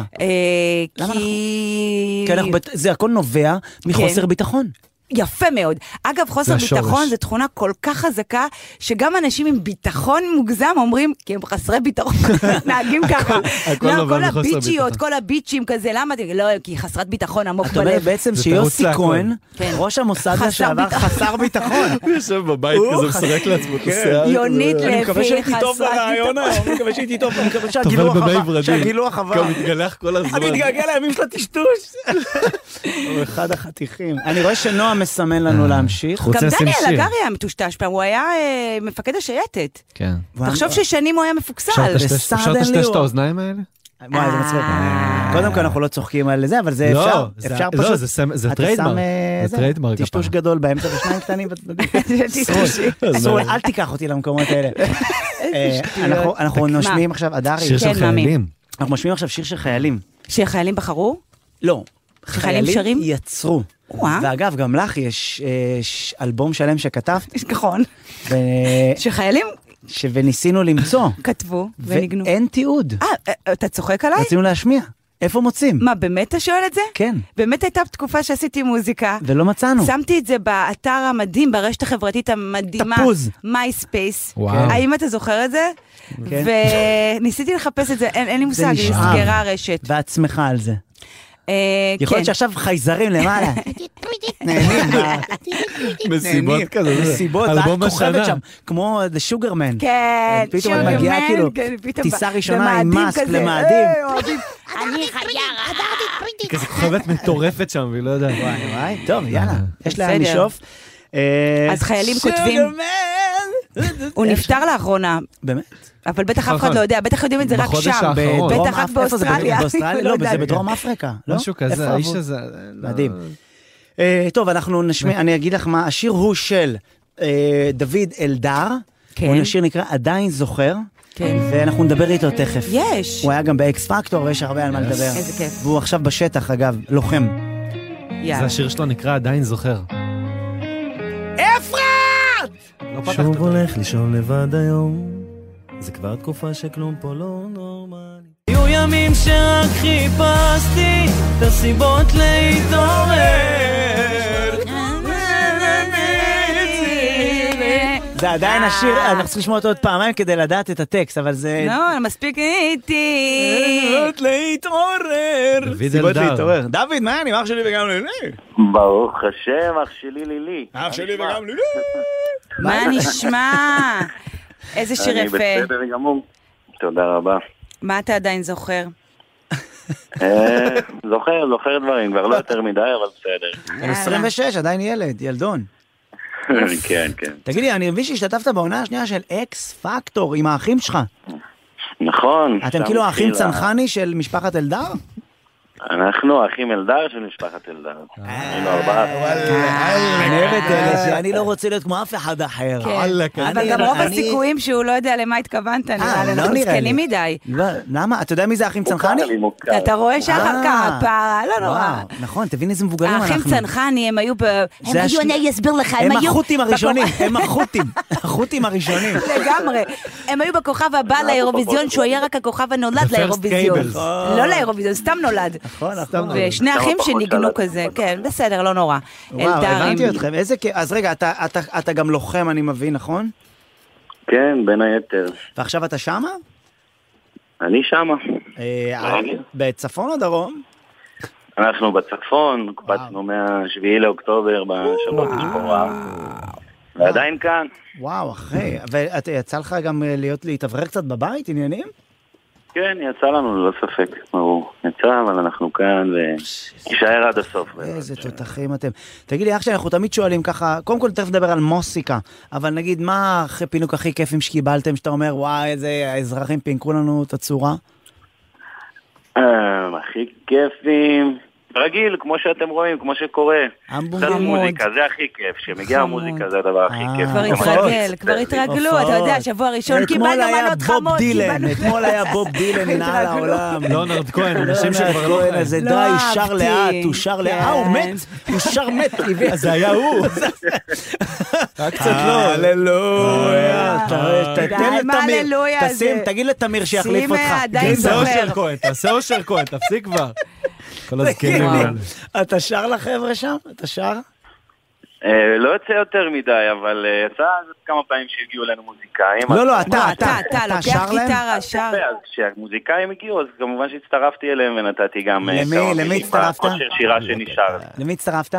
כי... זה הכל נובע מחוסר ביטחון. יפה מאוד. אגב, חוסר ביטחון זה תכונה כל כך חזקה, שגם אנשים עם ביטחון מוגזם אומרים, כי הם חסרי ביטחון, נהגים ככה. כל הביצ'יות, כל הביצ'ים כזה, למה? לא, כי היא חסרת ביטחון עמוק בלב. את אומרת בעצם שיוסי כהן, ראש המוסד לשעבר, חסר ביטחון. הוא יושב בבית כזה, מסרק לעצמו את השיער. יונית לפי, אני מקווה שהייתי טוב ברעיון היום, אני מקווה שהייתי טוב, אני מקווה שהגילוח עבר. גם מתגלח כל הזמן. אני מתגעגע לימים של הטשטוש. הוא אחד החתיכים. אני רואה שנועם מסמן לנו להמשיך. גם דניאל הגרי היה מטושטש פעם, הוא היה מפקד השייטת. כן. תחשוב ששנים הוא היה מפוקסל. אפשר לטשטש את האוזניים האלה? וואי, זה מצחיק. קודם כל אנחנו לא צוחקים על זה, אבל זה אפשר. אפשר פשוט. לא, זה טריידמרק. זה טריידמרק. טשטוש גדול באמצע ושניים קטנים. אל תיקח אותי למקומות האלה. אנחנו נושמים עכשיו, אדרי. שיר של חיילים. אנחנו נושמים עכשיו שיר של חיילים. שחיילים בחרו? לא. חיילים יצרו. ואגב, גם לך יש אלבום שלם שכתבת. נכון. שחיילים... וניסינו למצוא. כתבו וניגנו. ואין תיעוד. אה, אתה צוחק עליי? רצינו להשמיע. איפה מוצאים? מה, באמת אתה שואל את זה? כן. באמת הייתה תקופה שעשיתי מוזיקה. ולא מצאנו. שמתי את זה באתר המדהים, ברשת החברתית המדהימה. תפוז. מייספייס. וואו. האם אתה זוכר את זה? כן. וניסיתי לחפש את זה, אין לי מושג, היא סגרה הרשת. ואת שמחה על זה. יכול להיות שעכשיו חייזרים למעלה. נהנים. מסיבות כזה. מסיבות, ואת כוכבת שם, כמו The Sugar Man. כן, פתאום את מגיעה כאילו, טיסה ראשונה עם מאסק למאדים. אני חיירה. כזה כוכבת מטורפת שם, והיא לא יודעת. וואי וואי, טוב, יאללה. יש לה לשאוף. אז חיילים כותבים... הוא נפטר לאחרונה. באמת? אבל בטח אף אחד לא יודע, בטח יודעים את זה רק שם. בטח רק באוסטרליה. לא, זה בדרום אפריקה. משהו כזה, האיש הזה... מדהים. טוב, אנחנו נשמיע, אני אגיד לך מה, השיר הוא של דוד אלדר. השיר נקרא עדיין זוכר. ואנחנו נדבר איתו תכף. יש. הוא היה גם באקס פקטור, ויש הרבה על מה לדבר. איזה כיף. והוא עכשיו בשטח, אגב, לוחם. זה השיר שלו נקרא עדיין זוכר. אפרת! שוב הולך לישון לבד היום, זה כבר תקופה שכלום פה לא נורמלי. היו ימים שרק חיפשתי את הסיבות להתעורר. זה עדיין השיר, אני צריך לשמוע אותו עוד פעמיים כדי לדעת את הטקסט, אבל זה... לא, מספיק איתי. סיבות להתעורר. סיבות להתעורר. דוד, מה אני? אח שלי וגם לילי. ברוך השם, אח שלי לילי. אח שלי וגם לילי. מה נשמע? איזה שיר יפה. אני בסדר גמור. תודה רבה. מה אתה עדיין זוכר? זוכר, זוכר דברים, כבר לא יותר מדי, אבל בסדר. עשרים ושש, עדיין ילד, ילדון. כן, כן. תגידי, אני מבין שהשתתפת בעונה השנייה של אקס פקטור עם האחים שלך. נכון. אתם כאילו האחים צנחני של משפחת אלדר? אנחנו האחים אלדר של משפחת אלדר. היינו ארבעה. אני אוהב את אלה שאני לא רוצה להיות כמו אף אחד אחר. אבל גם רוב הסיכויים שהוא לא יודע למה התכוונת, נראה לנו זקנים מדי. למה? אתה יודע מי זה האחים צנחני? אתה רואה שאחר כך, לא נורא. נכון, תבין איזה מבוגרים אנחנו. האחים צנחני, הם היו ב... הם היו, אני אסביר לך, הם היו... הם החות'ים הראשונים, הם החות'ים, החות'ים הראשונים. לגמרי. הם היו בכוכב הבא לאירוויזיון, שהוא היה רק הכוכב הנולד לאירוויזיון. לא לאירוויזיון, סתם נולד. נכון, נכון. ושני אחים שניגנו כזה, כן, בסדר, לא נורא. וואו, הבנתי אתכם, איזה כיף. אז רגע, אתה גם לוחם, אני מבין, נכון? כן, בין היתר. ועכשיו אתה שמה? אני שמה. בצפון או דרום? אנחנו בצפון, קפצנו מהשביעי לאוקטובר בשבת השחורה. ועדיין כאן. וואו, אחי. ויצא לך גם להיות להתאוורר קצת בבית, עניינים? כן, יצא לנו, ללא ספק, ברור. יצא, אבל אנחנו כאן ונשאר עד הסוף. איזה תותחים אתם. תגיד לי, אח שאנחנו תמיד שואלים ככה, קודם כל תכף נדבר על מוסיקה, אבל נגיד, מה הפינוק הכי כיפים שקיבלתם, שאתה אומר, וואי, איזה האזרחים פינקו לנו את הצורה? הכי כיפים... רגיל, כמו שאתם רואים, כמו שקורה. קצת מוזיקה, זה הכי כיף. כשמגיעה המוזיקה זה הדבר הכי כיף. כבר התרגל, כבר התרגלו, אתה יודע, שבוע ראשון קיבלנו מנות חמות. אתמול היה בוב דילן, ננעל העולם. לונרד כהן, אנשים שכבר לא חיים. זה די, הוא שר לאט, הוא שר לאט. אה, הוא מת, הוא שר מת. זה היה הוא. רק קצת לא. הללויה. תתן לתמיר, תשים, תגיד לתמיר שיחליף אותך. תעשה אושר כהן, תעשה אושר כהן, תפסיק כבר. אתה שר לחבר'ה שם? אתה שר? לא יוצא יותר מדי, אבל יצא כמה פעמים שהגיעו לנו מוזיקאים. לא, לא, אתה, אתה, אתה לוקח גיטרה, שר. אז כשהמוזיקאים הגיעו, אז כמובן שהצטרפתי אליהם ונתתי גם... למי? למי הצטרפת? כושר שירה שנשאר. למי הצטרפת?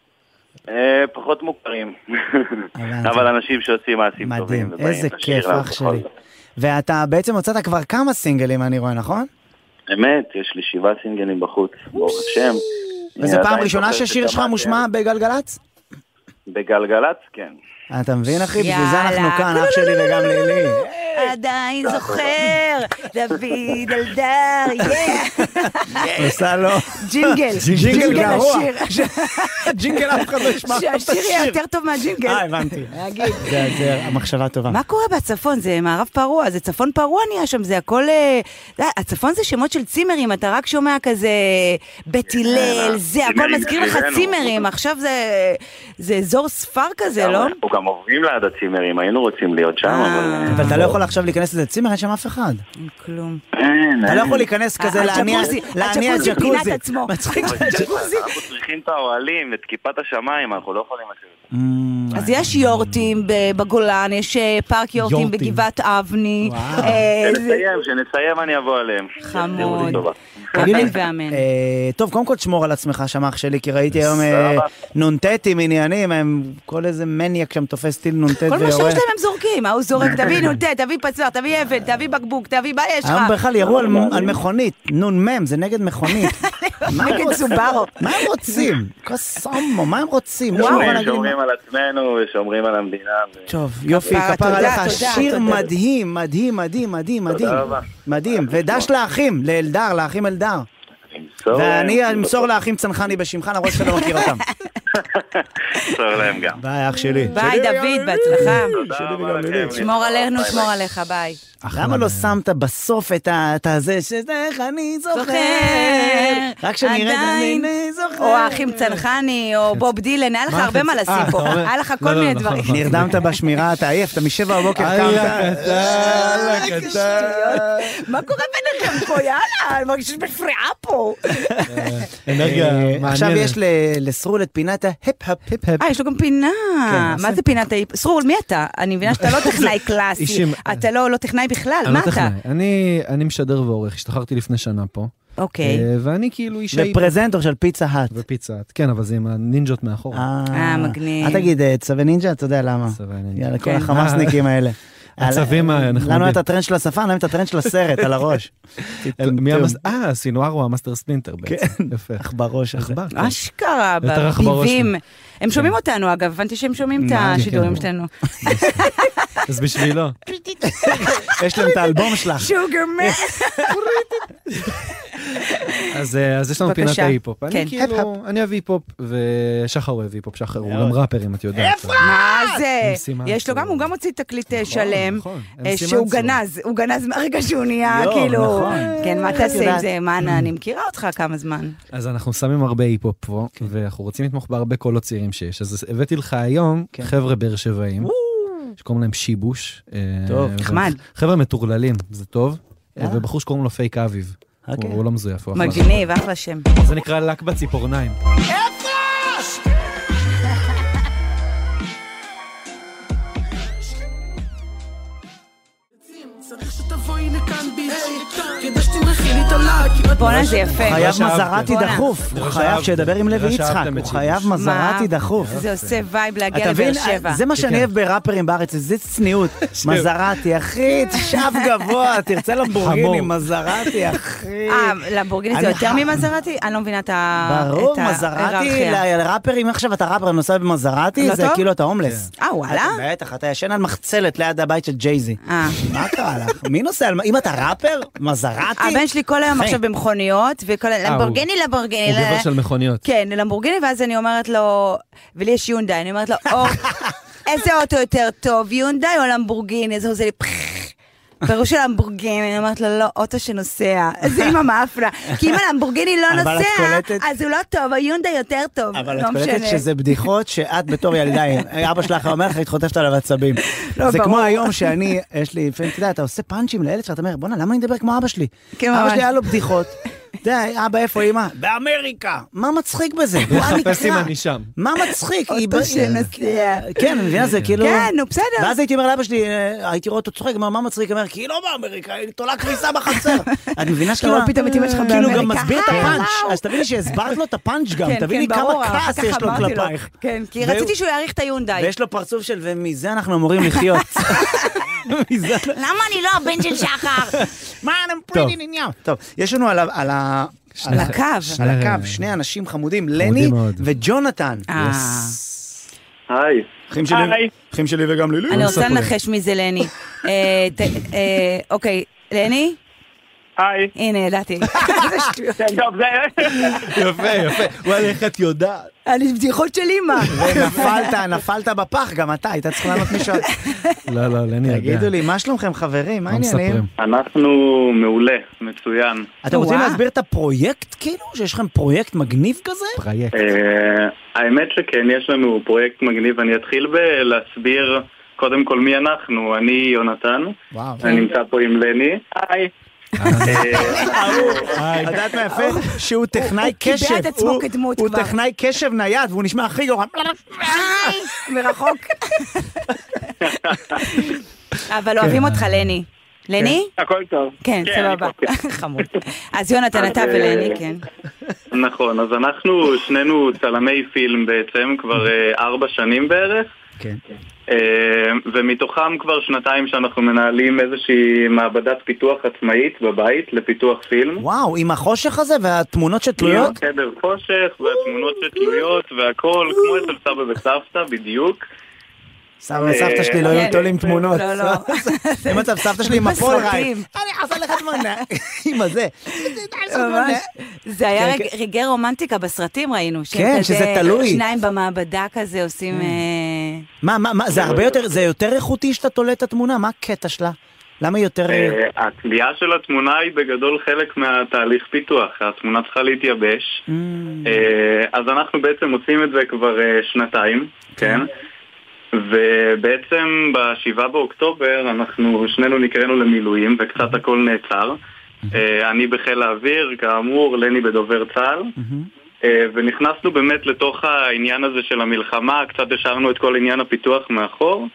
פחות מוכרים. אבל אנשים שעושים מעשים טובים. מדהים, איזה כיף, אח שלי. ואתה בעצם הוצאת כבר כמה סינגלים, אני רואה, נכון? אמת, יש לי שבעה סינגלים בחוץ, ברוך השם. וזה פעם ראשונה ששיר שלך מושמע בגלגלץ? בגלגלץ, כן. אתה מבין, אחי? בשביל זה אנחנו כאן, אח שלי וגם לילי. עדיין זוכר, דוד אלדר, עושה לו. ג'ינגל. ג'ינגל גרוע. ג'ינגל אף אחד לא ישמע. שהשיר יהיה יותר טוב מהג'ינגל. אה, הבנתי. זה המחשבה טובה. מה קורה בצפון? זה מערב פרוע, זה צפון פרוע נהיה שם, זה הכל... הצפון זה שמות של צימרים, אתה רק שומע כזה בית הלל, זה הכל מזכיר לך צימרים, עכשיו זה אזור ספר כזה, לא? אנחנו גם עוברים ליד הצימרים, היינו רוצים להיות שם, אבל... אבל אתה לא יכול עכשיו להיכנס לזה צימר, אין שם אף אחד. כלום. אתה לא יכול להיכנס כזה להניע ג'קוזי. מצחיק שהג'קוזי. אנחנו צריכים את האוהלים, את כיפת השמיים, אנחנו לא יכולים לשבת. אז יש יורטים בגולן, יש פארק יורטים בגבעת אבני. שנסיים, שנסיים אני אבוא עליהם. חמוד. אמן ואמן. טוב, קודם כל תשמור על עצמך שם, אח שלי, כי ראיתי היום נונטטים עניינים, כל איזה מניאק שם תופס טיל נונטט ויורה. כל מה שיש להם הם זורקים, הוא זורק, תביא נונטט, תביא פצוע, תביא אבן, תביא בקבוק, תביא, מה יש לך? היום בכלל ירו על מכונית, נון מם, זה נגד מכונית. נגד סובארו. מה הם רוצים? קוסומו, מה הם רוצים? שומרים על עצמנו ושומרים על המדינה. טוב, יופי, כפר עליך, שיר מדהים, מדהים, מדהים, מדהים, מדהים. מדהים, ודש לאחים, לאלדר, לאחים אלדר. ואני אמסור לאחים צנחני בשמך, למרות שאתה לא מכיר אותם. אמסור להם גם. ביי, אח שלי. ביי, דוד, בהצלחה. תודה רבה לכם. שמור עלינו, שמור עליך, ביי. למה לא שמת בסוף את הזה, שזך אני זוכר? רק שנראה עדיין, או האחים צנחני, או בוב דילן, היה לך הרבה מה לשים פה, היה לך כל מיני דברים. נרדמת בשמירה, אתה עייף, אתה משבע בבוקר קמת. אללה קטן, אללה קטן. מה קורה ביניכם פה, יאללה, אני מרגיש בפריעה פה. אנרגיה מעניינת. עכשיו יש לסרול את פינת ההפ-הפ. אה, יש לו גם פינה. מה זה פינת ההיפ? סרול, מי אתה? אני מבינה שאתה לא טכנאי קלאסי. אתה לא טכנאי בכלל, מה אתה? אני משדר ועורך, השתחררתי לפני שנה פה. אוקיי. ואני כאילו איש... ופרזנטור של פיצה האט. ופיצה האט, כן, אבל זה עם הנינג'ות מאחור. אה, מגניב. אל תגיד, צווי נינג'ה, אתה יודע למה. צווי נינג'ה. יאללה, כל החמאסניקים האלה. הצווים הנחמדים. לנו את הטרנד של השפה, לנו את הטרנד של הסרט, על הראש. אה, סינואר הוא המאסטר ספלינטר בעצם. יפה. אך בראש. אשכרה, בביבים. הם שומעים אותנו, אגב, הבנתי שהם שומעים את השידורים שלנו. אז בשבילו. יש להם את האלבום שלך. שוגר מן. אז יש לנו פינת ההיפ-הופ. אני כאילו, אני אוהב היפ-הופ, ושחר אוהב היפ-הופ, שחר הוא גם ראפר, אם את יודעת. מה זה? יש לו גם, הוא גם הוציא תקליט שלם, שהוא גנז, הוא גנז מהרגע שהוא נהיה, כאילו, כן, מה תעשה עם זה? מה, אני מכירה אותך כמה זמן. אז אנחנו שמים הרבה היפ-הופ פה, ואנחנו רוצים לתמוך בהרבה קולות צעירים שיש. אז הבאתי לך היום חבר'ה באר שבעים, שקוראים להם שיבוש. טוב, נחמד. חבר'ה מטורללים, זה טוב. ובחור שקוראים לו פייק אביב. הוא לא מזויף. מגניב, אחלה שם. זה נקרא לק בציפורניים. בואנה זה יפה. הוא חייב מזרתי דחוף. הוא חייב שידבר עם לוי יצחק. הוא חייב מזרתי דחוף. זה עושה וייב להגיע לבאר שבע. זה מה שאני אוהב בראפרים בארץ, זה צניעות. מזרתי, אחי, תשב גבוה, תרצה למבורגיני, מזרתי, אחי. אה, למבורגיני זה יותר ממזרתי? אני לא מבינה את ההיררכיה. ברור, מזרתי, לראפרים, עכשיו אתה ראפר נוסע במזרתי, זה כאילו אתה הומלס. אה, וואלה? בטח, אתה ישן על מחצלת ליד הבית של ג'ייזי. מה קרה לך? מי נוסע? אם אתה ראפר, מזרתי? הבן שלי כל היום עכשיו במכוניות, וכל למבורגיני, למבורגיני. הוא גבר של מכוניות. כן, למבורגיני, ואז אני אומרת לו, ולי יש יונדאי, אני אומרת לו, איזה אוטו יותר טוב, יונדאי או למבורגיני? אז הוא עושה לי פחח. פירוש של למבורגיני, אני אומרת לו, לא, אוטו שנוסע. זה עם המאפלה. כי אם הלמבורגיני לא נוסע, אז הוא לא טוב, היונדאי יותר טוב. אבל את קולטת שזה בדיחות שאת בתור ילדה, אבא שלך אומר לך, התחוטפת עליו עצבים. זה כמו היום שאני, יש לי, אתה יודע, אתה עושה פאנצ'ים לילד שאתה אומר, בוא'נה, למה אני מדבר כמו אבא שלי? אבא שלי היה לו בדיחות. אתה יודע, אבא, איפה אמא? באמריקה. מה מצחיק בזה? מחפש אם אני שם. מה מצחיק? אוטו שנוסע. כן, אני מבינה, זה כאילו... כן, נו, בסדר. ואז הייתי אומר לאבא שלי, הייתי רואה אותו צוחק, מה מצחיק? אומר, כי היא לא באמריקה, היא תולה כביסה בחצר. את מבינה שכאילו... פתאום את אמא שלך כאילו גם מסביר את הפאנץ'. אז תביני שהסברת לו את הפאנץ' גם. תביני כמה כעס יש לו כלפייך. כן, כי רציתי שהוא יעריך את היונדאי. ויש לו פרצוף של, ומזה אנחנו אמורים לחיות. למה אני לא הבן של שחר? מה, I'm pretty עניין. טוב, יש לנו על ה... על הקו. על הקו, שני אנשים חמודים, לני וג'ונתן. היי. אחים שלי וגם לילי. אני רוצה לנחש מי זה לני. אוקיי, לני? היי. הנה, ידעתי. טוב, זה... יפה, יפה. וואלה, איך את יודעת? אני בדיחות של אמא. ונפלת, נפלת בפח, גם אתה, היית צריך לענות מישהו. לא, לא, לני יודע. תגידו לי, מה שלומכם חברים? מה העניינים? אנחנו מעולה, מצוין. אתם רוצים להסביר את הפרויקט כאילו? שיש לכם פרויקט מגניב כזה? פרויקט. האמת שכן, יש לנו פרויקט מגניב. אני אתחיל בלהסביר קודם כל מי אנחנו. אני יונתן. אני נמצא פה עם לני. היי. לדעת מה יפה? שהוא טכנאי קשב. קיבע את עצמו כדמות כבר. הוא טכנאי קשב נייד, והוא נשמע הכי גרוע. מרחוק. אבל אוהבים אותך, לני. לני? הכל טוב. כן, סבבה. חמוד. אז יונתן, אתה ולני, כן. נכון, אז אנחנו שנינו צלמי פילם בעצם, כבר ארבע שנים בערך. כן. ומתוכם כבר שנתיים שאנחנו מנהלים איזושהי מעבדת פיתוח עצמאית בבית לפיתוח פילם. וואו, עם החושך הזה והתמונות שתלויות? עם החדר חושך והתמונות שתלויות והכל, כמו אצל סבא וסבתא בדיוק. סבא וסבתא שלי לא היו תולים תמונות. לא, לא. עם מצב סבתא שלי עם הפולרייט. אני עושה לך תמונה. עם הזה. זה היה רגעי רומנטיקה בסרטים ראינו. כן, שזה תלוי. שניים במעבדה כזה עושים... מה, מה, זה הרבה יותר, זה יותר איכותי שאתה תולה את התמונה? מה הקטע שלה? למה יותר... הקליעה של התמונה היא בגדול חלק מהתהליך פיתוח, התמונה צריכה להתייבש, אז אנחנו בעצם עושים את זה כבר שנתיים, כן? ובעצם בשבעה באוקטובר אנחנו שנינו נקראנו למילואים וקצת הכל נעצר. אני בחיל האוויר, כאמור, לני בדובר צה"ל, ונכנסנו באמת לתוך העניין הזה של המלחמה, קצת השארנו את כל עניין הפיתוח מאחור,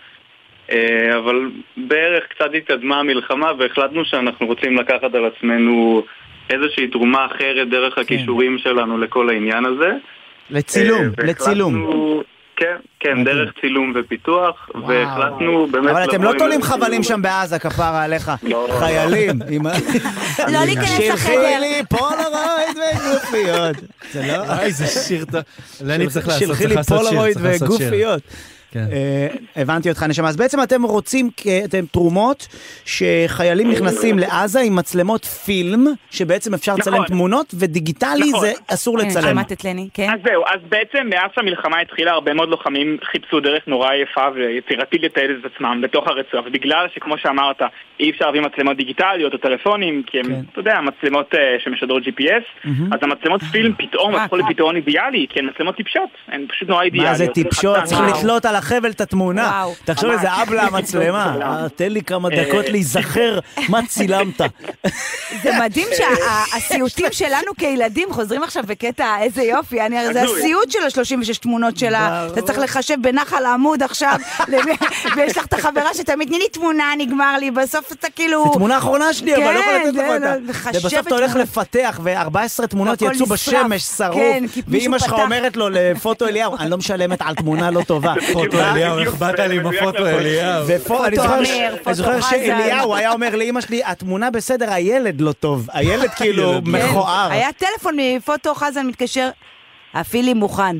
אבל בערך קצת התקדמה המלחמה והחלטנו שאנחנו רוצים לקחת על עצמנו איזושהי תרומה אחרת דרך הכישורים שלנו לכל העניין הזה. לצילום, לצילום. כן, כן, דרך צילום ופיתוח, והחלטנו באמת... אבל אתם לא תולים חבלים שם בעזה, כפרה עליך, חיילים. לא להיכנס לחדר. שילחי לי פולרויד וגופיות. זה לא? אוי, זה שיר טוב. אני צריך לעשות, שילחי לי פולרויד וגופיות. הבנתי אותך נשמה. אז בעצם אתם רוצים, אתם תרומות שחיילים נכנסים לעזה עם מצלמות פילם, שבעצם אפשר לצלם תמונות, ודיגיטלי זה אסור לצלם. שמעת לני, כן? אז זהו, אז בעצם מאז שהמלחמה התחילה, הרבה מאוד לוחמים חיפשו דרך נורא יפה ויצירתית לתעד את עצמם בתוך הרצועה, ובגלל שכמו שאמרת, אי אפשר להביא מצלמות דיגיטליות או טלפונים, כי הם, אתה יודע, מצלמות שמשדרות ג'י פי אס, אז המצלמות פילם פתאום הפכו לפתרון אידיאלי, כי הן מצלמות טיפשות, הן פשוט נורא אידיאליות. מה זה טיפשות? צריך לתלות על החבל את התמונה. תחשוב איזה אבלה המצלמה. תן לי כמה דקות להיזכר מה צילמת. זה מדהים שהסיוטים שלנו כילדים חוזרים עכשיו בקטע איזה יופי. זה הסיוט של ה-שלושים ושש תמונות שלה. אתה צריך לחשב בנחל העמוד עכשיו, ויש לך את החברה שתמיד תני לי תמונה, נגמר לי. בסוף אתה כאילו... זה תמונה האחרונה שלי, אבל לא יכול לתת לך אותה. ובסוף אתה הולך לפתח, ו-ארבע עשרה תמונות יצאו בשמש, שרוף, ואמא שלך אומרת לו לפוטו אליהו, אני לא משלמת על תמונה לא טובה. פוטו אליהו, אכפת לי עם הפוטו אליהו. אני זוכר שאליהו היה אומר לאמא שלי, התמונה בסדר, הילד לא טוב. הילד כאילו מכוער. היה טלפון מפוטו חזן מתקשר, הפילי מוכן.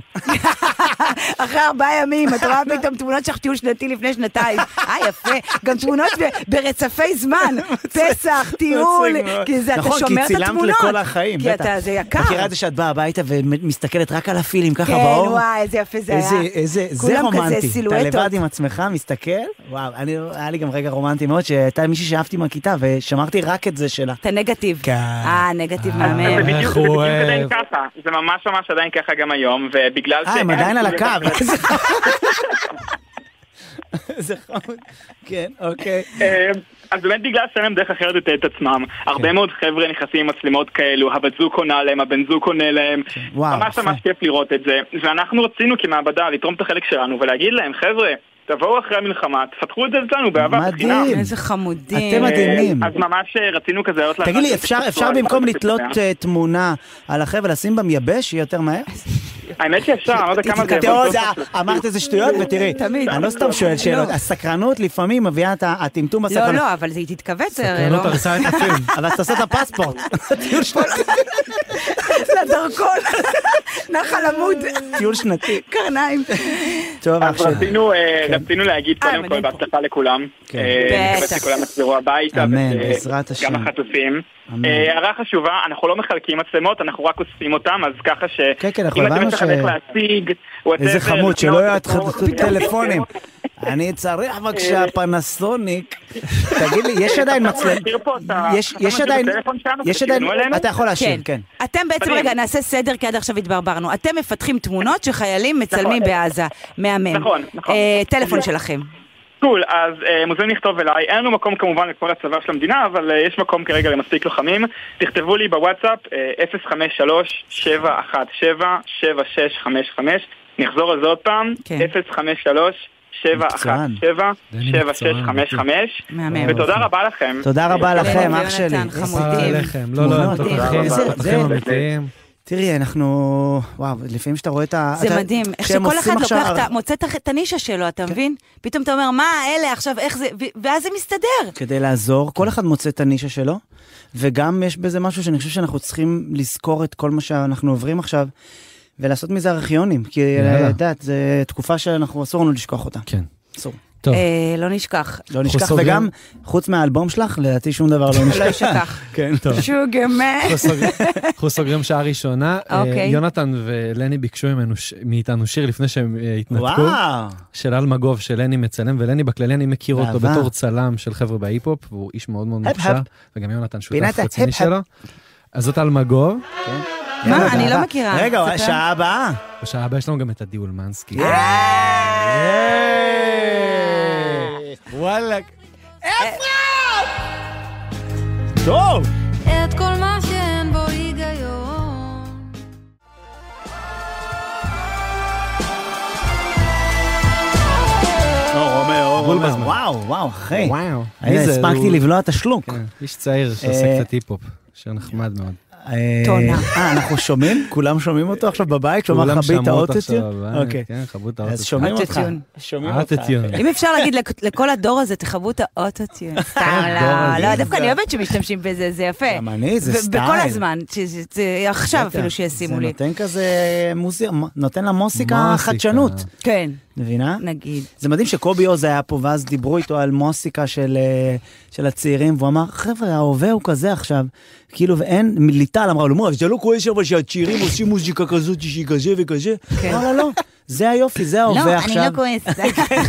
אחרי ארבעה ימים, את רואה פתאום תמונות שלך טיול שנתי לפני שנתיים. אה, יפה. גם תמונות ברצפי זמן. פסח, טיול. כי זה, אתה שומר את התמונות. נכון, כי צילמת לכל החיים. כי אתה, זה יקר. מכירה את זה שאת באה הביתה ומסתכלת רק על הפילים, ככה באור? כן, וואי, איזה יפה זה היה. זה רומנטי. אתה לבד עם עצמך, מסתכל. וואו, היה לי גם רגע רומנטי מאוד, שהייתה מישהי שאהבתי מהכיתה, ושמרתי רק את זה שלה. את הנגטיב. אה, נגטיב מהמם. זה בדיוק עדיין ככה. זה ממש ממש עדיין ככה גם היום, ובגלל ש... אה, הם עדיין על הקו. זה חמוד. כן, אוקיי. אז באמת בגלל שהם דרך אחרת לתת את עצמם, הרבה מאוד חבר'ה נכנסים עם מצלמות כאלו, הבת זוג קונה להם, הבן זוג קונה להם, ממש ממש כיף לראות את זה, ואנחנו רצינו כמעבדה לתרום את החלק שלנו ולהגיד להם, חבר'ה, תבואו אחרי המלחמה, תפתחו את זה אצלנו באהבה בחינם. מדהים, איזה חמודים. אתם מדהימים. אז ממש רצינו כזה... תגיד לי, אפשר במקום לתלות תמונה על החבל, לשים בה מייבש, יהיה יותר מהר? האמת שאפשר, אני לא יודע כמה זה... אמרת איזה שטויות, ותראי, אני לא סתם שואל שאלות, הסקרנות לפעמים מביאה את הטמטום בסקרנות. לא, לא, אבל זה תתכווץ. סקרנות הרסה את הפילם. אבל תעשה את הפספורט. טיול שנתי. לדרכון. נחל עמוד. טיול שנתי. קרניים. טוב, אז רצינו להגיד קודם כל בהצלחה לכולם. בטח. שכולם יחזרו הביתה. אמן, בעזרת השם. גם החטופים. הערה חשובה, אנחנו לא מחלקים מצלמות, אנחנו רק אוספים אותם, אז ככה ש... כן, כן, אנחנו הבנו ש... איזה חמוד, שלא יהיו טלפונים. אני צריך בבקשה פנסוניק. תגיד לי, יש עדיין מצלם... יש עדיין... יש עדיין... אתה יכול להשאיר, כן. אתם בעצם, רגע, נעשה סדר, כי עד עכשיו התברברנו. אתם מפתחים תמונות שחיילים מצלמים בעזה. מהמם. נכון, נכון. טלפון שלכם. קול, אז מוזמנים לכתוב אליי, אין לנו מקום כמובן לכל הצבא של המדינה, אבל יש מקום כרגע למספיק לוחמים, תכתבו לי בוואטסאפ אפס חמש שלוש שבע אחת שבע שבע שש חמש חמש, נחזור על זה עוד פעם, אפס חמש שלוש שבע אחת שבע שבע שש חמש חמש, ותודה רבה לכם. תודה רבה לכם, אח שלי. חמודים. לא, לא, תוכחים אמיתיים. תראי, אנחנו... וואו, לפעמים שאתה רואה את ה... זה מדהים. איך שכל אחד לוקח, מוצא את הנישה שלו, אתה מבין? פתאום אתה אומר, מה, אלה, עכשיו, איך זה... ואז זה מסתדר. כדי לעזור, כל אחד מוצא את הנישה שלו, וגם יש בזה משהו שאני חושב שאנחנו צריכים לזכור את כל מה שאנחנו עוברים עכשיו, ולעשות מזה ארכיונים, כי, יודעת, זו תקופה שאנחנו אסור לנו לשכוח אותה. כן. אסור. טוב. לא נשכח. לא נשכח, וגם חוץ מהאלבום שלך, לדעתי שום דבר לא נשכח. לא נשכח. כן, טוב. שוגמה. אנחנו סוגרים שעה ראשונה. יונתן ולני ביקשו מאיתנו שיר לפני שהם התנתקו. של אלמגוב, שלני מצלם, ולני בכללי אני מכיר אותו בתור צלם של חבר'ה בהיפ-הופ, והוא איש מאוד מאוד מוכשר, וגם יונתן שותף רציני שלו. אז זאת אלמגוב. מה? אני לא מכירה. רגע, השעה הבאה. בשעה הבאה יש לנו גם את עדי אולמנסקי. וואלק. אפרת! טוב! את כל מה שאין בו היגיון. וואו, וואו, אחי. וואו. הספקתי לבלוע את השלוק. איש צעיר שעושה קצת היפ-הופ, שנחמד מאוד. טונה. אה, אנחנו שומעים? כולם שומעים אותו עכשיו בבית? כולם שמעו שמעו אותו עכשיו בבית? בבית, כן, חבו את האוטוטיון. אז שומעים אותך. שומעים אותך. האוטוטיון. אם אפשר להגיד לכל הדור הזה, תחבו את האוטוטיון. סתם, לא, לא, דווקא אני אוהבת שמשתמשים בזה, זה יפה. גם אני, זה סטייל. בכל הזמן, עכשיו אפילו שישימו לי. זה נותן כזה מוזיקה, נותן לה מוסיקה חדשנות. כן. מבינה? נגיד. זה מדהים שקובי עוז היה פה, ואז דיברו איתו על מוסיקה של, של הצעירים, והוא אמר, חבר'ה, ההווה הוא כזה עכשיו, כאילו, ואין, ליטל אמרה לו, מה, זה לא כועס אבל שהצעירים עושים מוזיקה כזאת שהיא כזה וכזה? לא, לא, לא, זה היופי, זה ההווה עכשיו. לא, אני לא כועסת.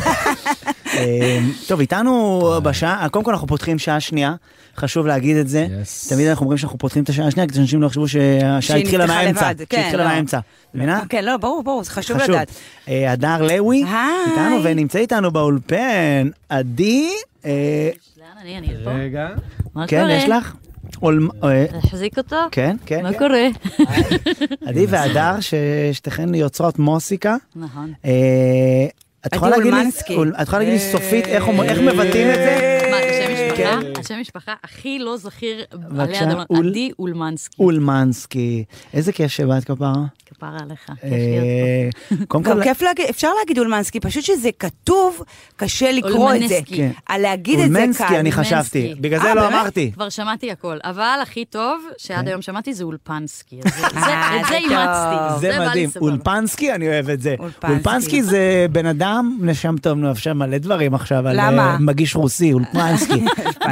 טוב, איתנו בשעה, קודם כל אנחנו פותחים שעה שנייה, חשוב להגיד את זה. תמיד אנחנו אומרים שאנחנו פותחים את השעה השנייה, כדי שאנשים לא יחשבו שהשעה התחילה מהאמצע. שהתחילה מהאמצע. מבינה? כן, לא, ברור, ברור, זה חשוב לדעת. הדר לוי, איתנו, ונמצא איתנו באולפן, עדי. לאן אני? אני פה? רגע. מה קורה? כן, יש לך? להחזיק אותו? כן, כן. מה קורה? עדי והדר, ששתיכן יוצרות מוסיקה. נכון. את יכולה להגיד לי סופית איך מבטאים את זה? מה, השם משפחה? השם משפחה הכי לא זכיר עלי אדמה. עדי אולמנסקי. אולמנסקי. איזה כיף שבאת כפרה? כפרה עליך, כיף להיות פה. גם כיף להגיד, אפשר להגיד אולמנסקי, פשוט שזה כתוב, קשה לקרוא את זה. על להגיד את זה כאן. אולמנסקי אני חשבתי, בגלל זה לא אמרתי. כבר שמעתי הכל, אבל הכי טוב שעד היום שמעתי זה אולפנסקי. את זה אימצתי. זה מדהים, אולפנסקי אני אוהב את זה. אולפנסקי זה בן אדם נשם טוב, נאפשר מלא דברים עכשיו על מגיש רוסי, אולפנסקי.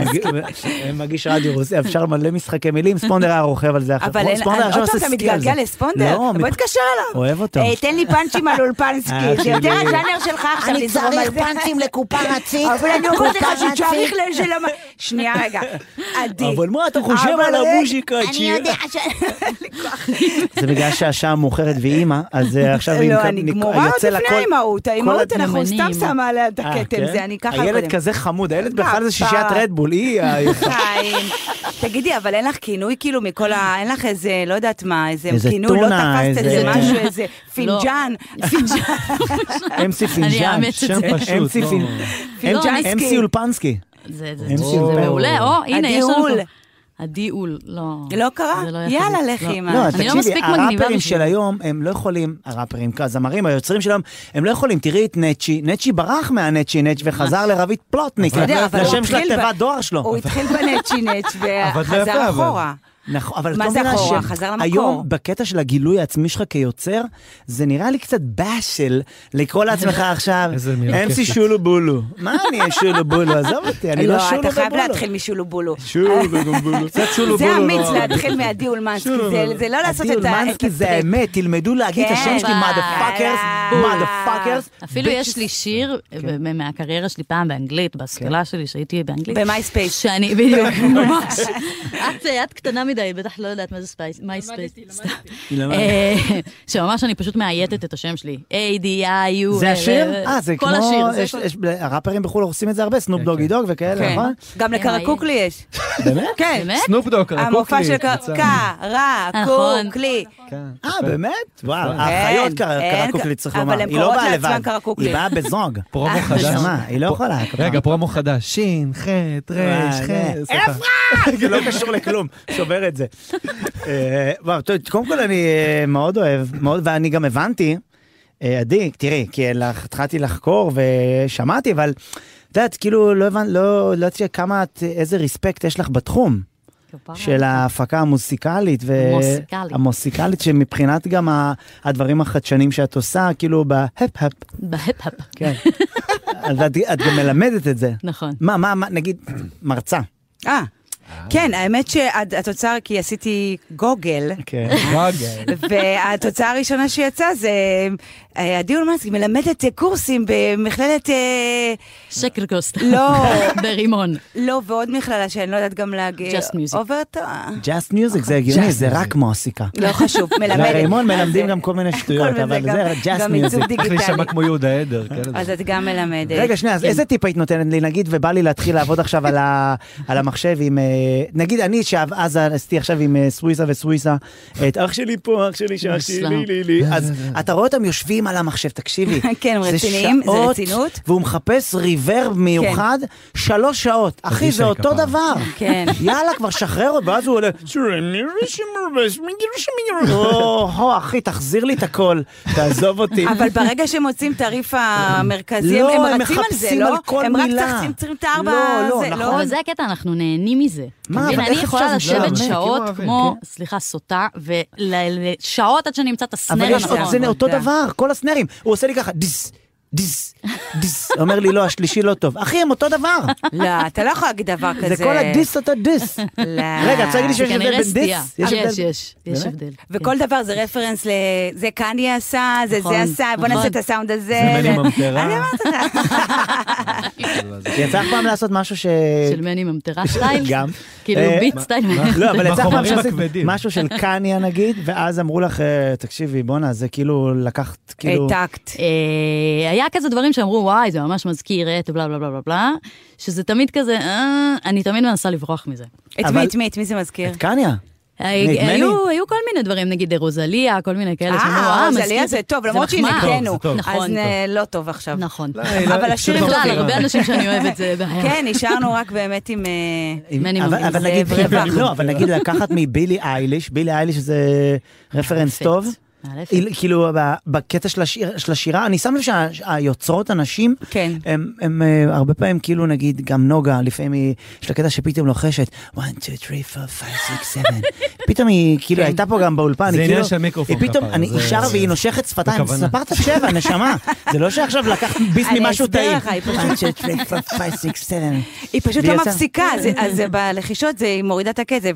מגיש רדיו רוסי, אפשר מלא משחקי מילים, ספונדר היה רוכב על זה אחר. אבל אתה מתגעגע לספונדר? בוא תתקשר אליו. אוהב אותו. תן לי פאנצ'ים על אולפנסקי. זה יותר הז'אנר שלך עכשיו. אני צריך פאנצ'ים לקופה רצית. אבל אני אומרת לך שצריך לשלם... שנייה רגע. עדי. אבל מה אתה חושב על המוזיקה? אני יודע ש... זה בגלל שהשעה מאוחרת ואימא, אז עכשיו... לא, אני גמורה עוד לפני האימהות. האימהות אנחנו סתם שמה עליה את הכתם. זה אני ככה... הילד כזה חמוד. הילד בכלל זה שישיית רדבול. היא... תגידי, אבל אין לך כינוי כאילו מכל ה... אין לך איזה, לא יודעת מה, איזה כינוי, לא תפסת איזה משהו, איזה פינג'אן. אם סי פינג'אן, שם פשוט. אם סי אולפנסקי. זה מעולה, או, הנה, יש לנו... עדי אול, לא. לא קרה? יאללה, לכי. לא, תקשיבי, הראפרים של היום, הם לא יכולים, הראפרים, הזמרים, היוצרים שלהם, הם לא יכולים, תראי את נצ'י, נצ'י ברח מהנצ'י נצ' וחזר לרבית פלוטניק, לשם של התיבת דואר שלו. הוא התחיל בנצ'י נצ' וחזר אחורה. נכון, אבל מה זה אחורה? חזר למקור. היום, בקטע של הגילוי העצמי שלך כיוצר, זה נראה לי קצת באשל לקרוא לעצמך עכשיו, אם סי שולו בולו. מה אני שולו בולו? עזוב אותי, אני לא שולו בולו. לא, אתה חייב להתחיל משולו בולו. שולו בולו. קצת שולו בולו. זה אמיץ להתחיל מעדי אולמנסקי, זה לא לעשות את ה... עדי אולמנסקי זה האמת, תלמדו להגיד את השם שלי, motherfuckers, motherfuckers. אפילו יש לי שיר מהקריירה שלי פעם באנגלית, בהשכלה שלי שהייתי באנגלית. במייספייס. שאני, בדיוק, ממש. את קטנה מדי, בטח לא יודעת מה זה ספייס, מייספייס. שממש אני פשוט מאייתת את השם שלי. A, D, I, U. זה השיר? אה, זה כמו... הראפרים בחול עושים את זה הרבה, סנופ דוגי דוג וכאלה, נכון? גם לקרקוקלי יש. באמת? כן. סנופ דוג, קרקוקלי. המופע של קרקוקלי. אה, באמת? וואו, האחיות קרקוקלי צריך לומר. היא לא באה לבד, היא באה בזוג. פרומו חדש. היא לא יכולה. רגע, פרומו חדש. שין, חט, רש, חט. אפרת! זה לא קשור לכלום. שובר את זה. קודם כל אני מאוד אוהב, ואני גם הבנתי, עדי, תראי, כי התחלתי לחקור ושמעתי, אבל את יודעת, כאילו לא הבנתי, לא יודעת כמה, איזה ריספקט יש לך בתחום. של ההפקה המוסיקלית. המוסיקלית. המוסיקלית, שמבחינת גם הדברים החדשנים שאת עושה, כאילו בהפ-הפ. בהפ-הפ. כן. אז את גם מלמדת את זה. נכון. מה, מה, נגיד, מרצה. אה. כן, האמת שהתוצאה, כי עשיתי גוגל, והתוצאה הראשונה שיצאה זה, עדי אולמנסקי מלמדת קורסים במכללת... שקל קוסט. לא. ברימון. לא, ועוד מכללה שאני לא יודעת גם להגיד. Just Music. Just Music, זה הגיוני, זה רק מוסיקה. לא חשוב, מלמדת. ברימון מלמדים גם כל מיני שטויות, אבל זה Just Music. צריך להישמע כמו יהודה עדר. אז את גם מלמדת. רגע, שנייה, אז איזה טיפ היית נותנת לי, נגיד, ובא לי להתחיל לעבוד עכשיו על המחשב עם... נגיד אני שאז עשיתי עכשיו עם סוויסה וסוויסה, את אח שלי פה, אח שלי, שאח שלי, לי, לי, אז אתה רואה אותם יושבים על המחשב, תקשיבי. כן, רציניים, זה רצינות. והוא מחפש ריברב מיוחד, שלוש שעות. אחי, זה אותו דבר. כן. יאללה, כבר שחרר עוד, ואז הוא עולה, או, אחי, תחזיר לי את הכל, תעזוב אותי. אבל ברגע שהם מוצאים תעריף המרכזי, הם רצים על זה, לא? הם רק צריכים את הארבע הזה, לא? אבל זה הקטע, אנחנו נהנים מזה. מה, אני יכולה לשבת שעות כמו, סליחה, סוטה, ולשעות עד שאני אמצא את הסנר הנכון. אבל זה אותו דבר, כל הסנרים. הוא עושה לי ככה, דיס, דיס, דיס. אומר לי, לא, השלישי לא טוב. אחי, הם אותו דבר. לא, אתה לא יכול להגיד דבר כזה. זה כל הדיס אותו דיס. רגע, צריך להגיד לי שיש הבדל בין דיס? יש, יש, יש הבדל. וכל דבר זה רפרנס לזה קניה עשה, זה זה עשה, בוא נעשה את הסאונד הזה. זה מני ממטרה. אני אמרת את זה. יצא פעם לעשות משהו ש... של מני ממטרה סטייל? גם. כאילו ביט סטייל. לא, אבל יצא פעם שעשית משהו של קניה נגיד, ואז אמרו לך, תקשיבי, בונה, זה כאילו לקחת, כאילו... העתקת. היה כזה דברים שאמרו, וואי, זה ממש מזכיר את בלה בלה בלה בלה, שזה תמיד כזה, אני תמיד מנסה לברוח מזה. את מי, את מי, את מי זה מזכיר? את קניה. היו כל מיני דברים, נגיד רוזליה, כל מיני כאלה שאמרו, אה, רוזליה זה טוב, למרות שהיא נגדנו. אז לא טוב עכשיו. נכון. אבל השיר בכלל, הרבה אנשים שאני אוהבת זה בעיה. כן, נשארנו רק באמת עם... אבל נגיד לקחת מבילי אייליש, בילי אייליש זה רפרנס טוב. כאילו בקטע של השירה, אני שם לב שהיוצרות הנשים, הם הרבה פעמים כאילו נגיד גם נוגה, לפעמים יש לה קטע שפתאום לוחשת אחת, שתיים, שלוש, ארבע, חמש, שש, שבע, פתאום היא כאילו הייתה פה גם באולפן, זה עניין של מיקרופון פתאום אני שרה והיא נושכת שפתיים, ספרת שבע, נשמה, זה לא שעכשיו לקחת ביס ממשהו טעים, אחת, שתיים, שלוש, ארבע, חמש, שש, שבע, היא פשוט לא מפסיקה, אז בלחישות היא מורידה את הקצב,